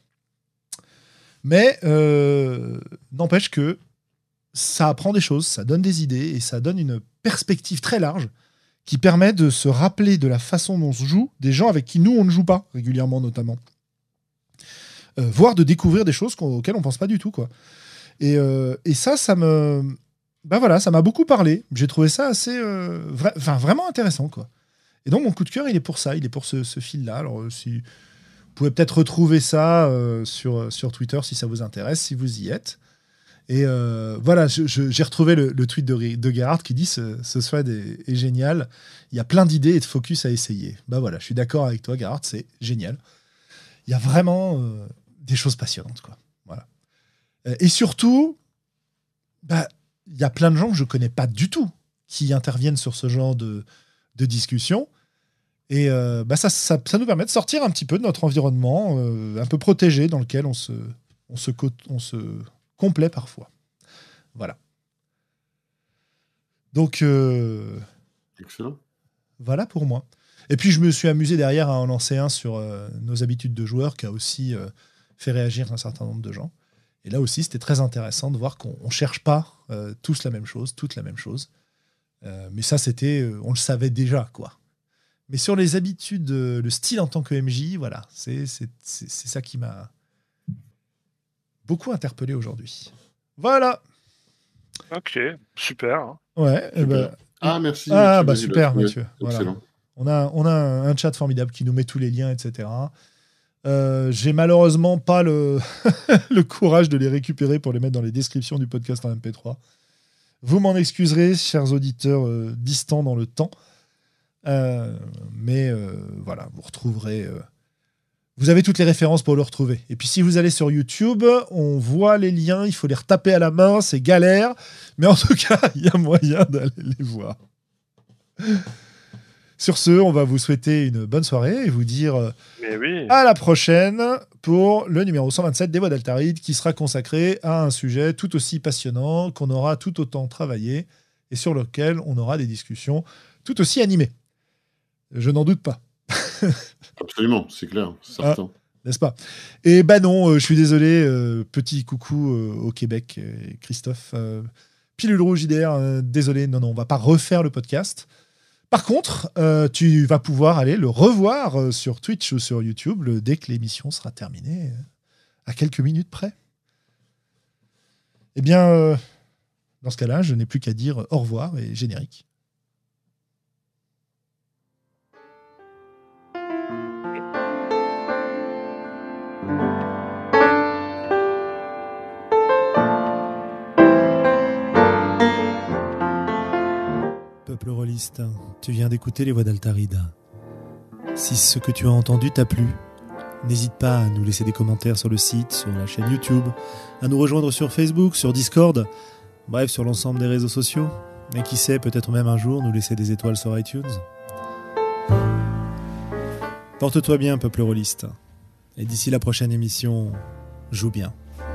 n'empêche que ça apprend des choses, ça donne des idées et ça donne une perspective très large qui permet de se rappeler de la façon dont on se joue des gens avec qui nous on ne joue pas régulièrement, notamment. Voire de découvrir des choses auxquelles on pense pas du tout, quoi. Et ça m'a beaucoup parlé. J'ai trouvé ça assez vraiment intéressant, quoi. Et donc mon coup de cœur, il est pour ça, il est pour ce fil-là. Alors si vous pouvez peut-être retrouver ça sur Twitter si ça vous intéresse, si vous y êtes. Et voilà, j'ai retrouvé le tweet de Gerhard qui dit ce thread est génial. Il y a plein d'idées et de focus à essayer. Bah voilà, je suis d'accord avec toi, Gerhard, c'est génial. Il y a vraiment des choses passionnantes, quoi. Voilà. Et surtout, il y a plein de gens que je connais pas du tout qui interviennent sur ce genre de discussion. Et ça nous permet de sortir un petit peu de notre environnement un peu protégé dans lequel on se complaît parfois. Voilà. Donc, excellent. Voilà pour moi. Et puis, je me suis amusé derrière à en lancer un sur nos habitudes de joueurs qui a aussi fait réagir un certain nombre de gens. Et là aussi, c'était très intéressant de voir qu'on ne cherche pas tous la même chose, toute la même chose. Mais ça, on le savait déjà, quoi. Mais sur les habitudes, le style en tant que MJ, voilà, c'est ça qui m'a beaucoup interpellé aujourd'hui. Voilà. Ok, super. Hein. Ouais. Merci. Super, Mathieu. Excellent. Voilà. On a un chat formidable qui nous met tous les liens, etc. J'ai malheureusement pas le, le courage de les récupérer pour les mettre dans les descriptions du podcast en MP3. Vous m'en excuserez, chers auditeurs distants dans le temps. Mais voilà, vous retrouverez... vous avez toutes les références pour le retrouver. Et puis si vous allez sur YouTube, on voit les liens, il faut les retaper à la main, c'est galère. Mais en tout cas, il y a moyen d'aller les voir. Sur ce, on va vous souhaiter une bonne soirée et vous dire à la prochaine pour le numéro 127 des Voix d'Altaride qui sera consacré à un sujet tout aussi passionnant qu'on aura tout autant travaillé et sur lequel on aura des discussions tout aussi animées. Je n'en doute pas. Absolument, c'est clair, c'est certain. N'est-ce pas ? Et non, je suis désolé, petit coucou au Québec, Christophe. Pilule Rouge IDR, désolé, non, on va pas refaire le podcast. Par contre, tu vas pouvoir aller le revoir sur Twitch ou sur YouTube dès que l'émission sera terminée, à quelques minutes près. Eh bien, dans ce cas-là, je n'ai plus qu'à dire au revoir et générique. Peuple rôliste, tu viens d'écouter les Voix d'Altaride. Si ce que tu as entendu t'a plu, n'hésite pas à nous laisser des commentaires sur le site, sur la chaîne YouTube, à nous rejoindre sur Facebook, sur Discord, bref, sur l'ensemble des réseaux sociaux. Et qui sait, peut-être même un jour nous laisser des étoiles sur iTunes. Porte-toi bien, peuple rôliste. Et d'ici la prochaine émission, joue bien.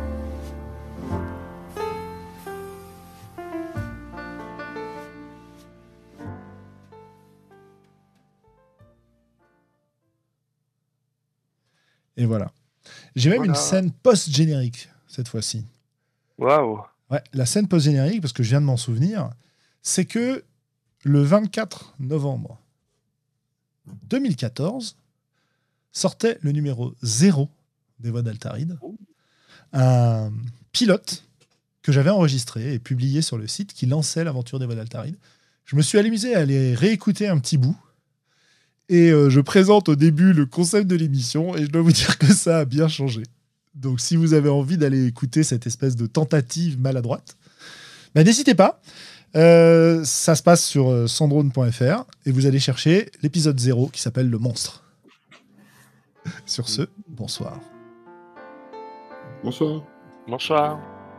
Et voilà. J'ai même une scène post-générique, cette fois-ci. Waouh. Ouais, la scène post-générique, parce que je viens de m'en souvenir, c'est que le 24 novembre 2014 sortait le numéro 0 des Voix d'Altaride, un pilote que j'avais enregistré et publié sur le site qui lançait l'aventure des Voix d'Altaride. Je me suis amusé à aller réécouter un petit bout. Et je présente au début le concept de l'émission et je dois vous dire que ça a bien changé. Donc si vous avez envie d'aller écouter cette espèce de tentative maladroite, n'hésitez pas. Ça se passe sur sandrone.fr et vous allez chercher l'épisode 0 qui s'appelle Le Monstre. Sur ce, bonsoir. Bonsoir. Bonsoir.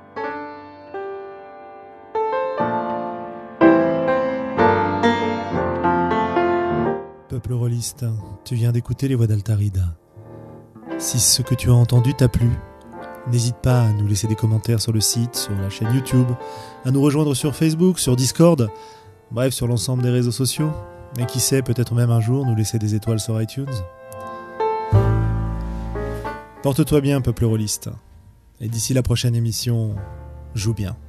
Peuple rôliste, tu viens d'écouter les Voix d'Altaride. Si ce que tu as entendu t'a plu, n'hésite pas à nous laisser des commentaires sur le site, sur la chaîne YouTube, à nous rejoindre sur Facebook, sur Discord, bref, sur l'ensemble des réseaux sociaux. Et qui sait, peut-être même un jour nous laisser des étoiles sur iTunes. Porte-toi bien, peuple rôliste. Et d'ici la prochaine émission, joue bien.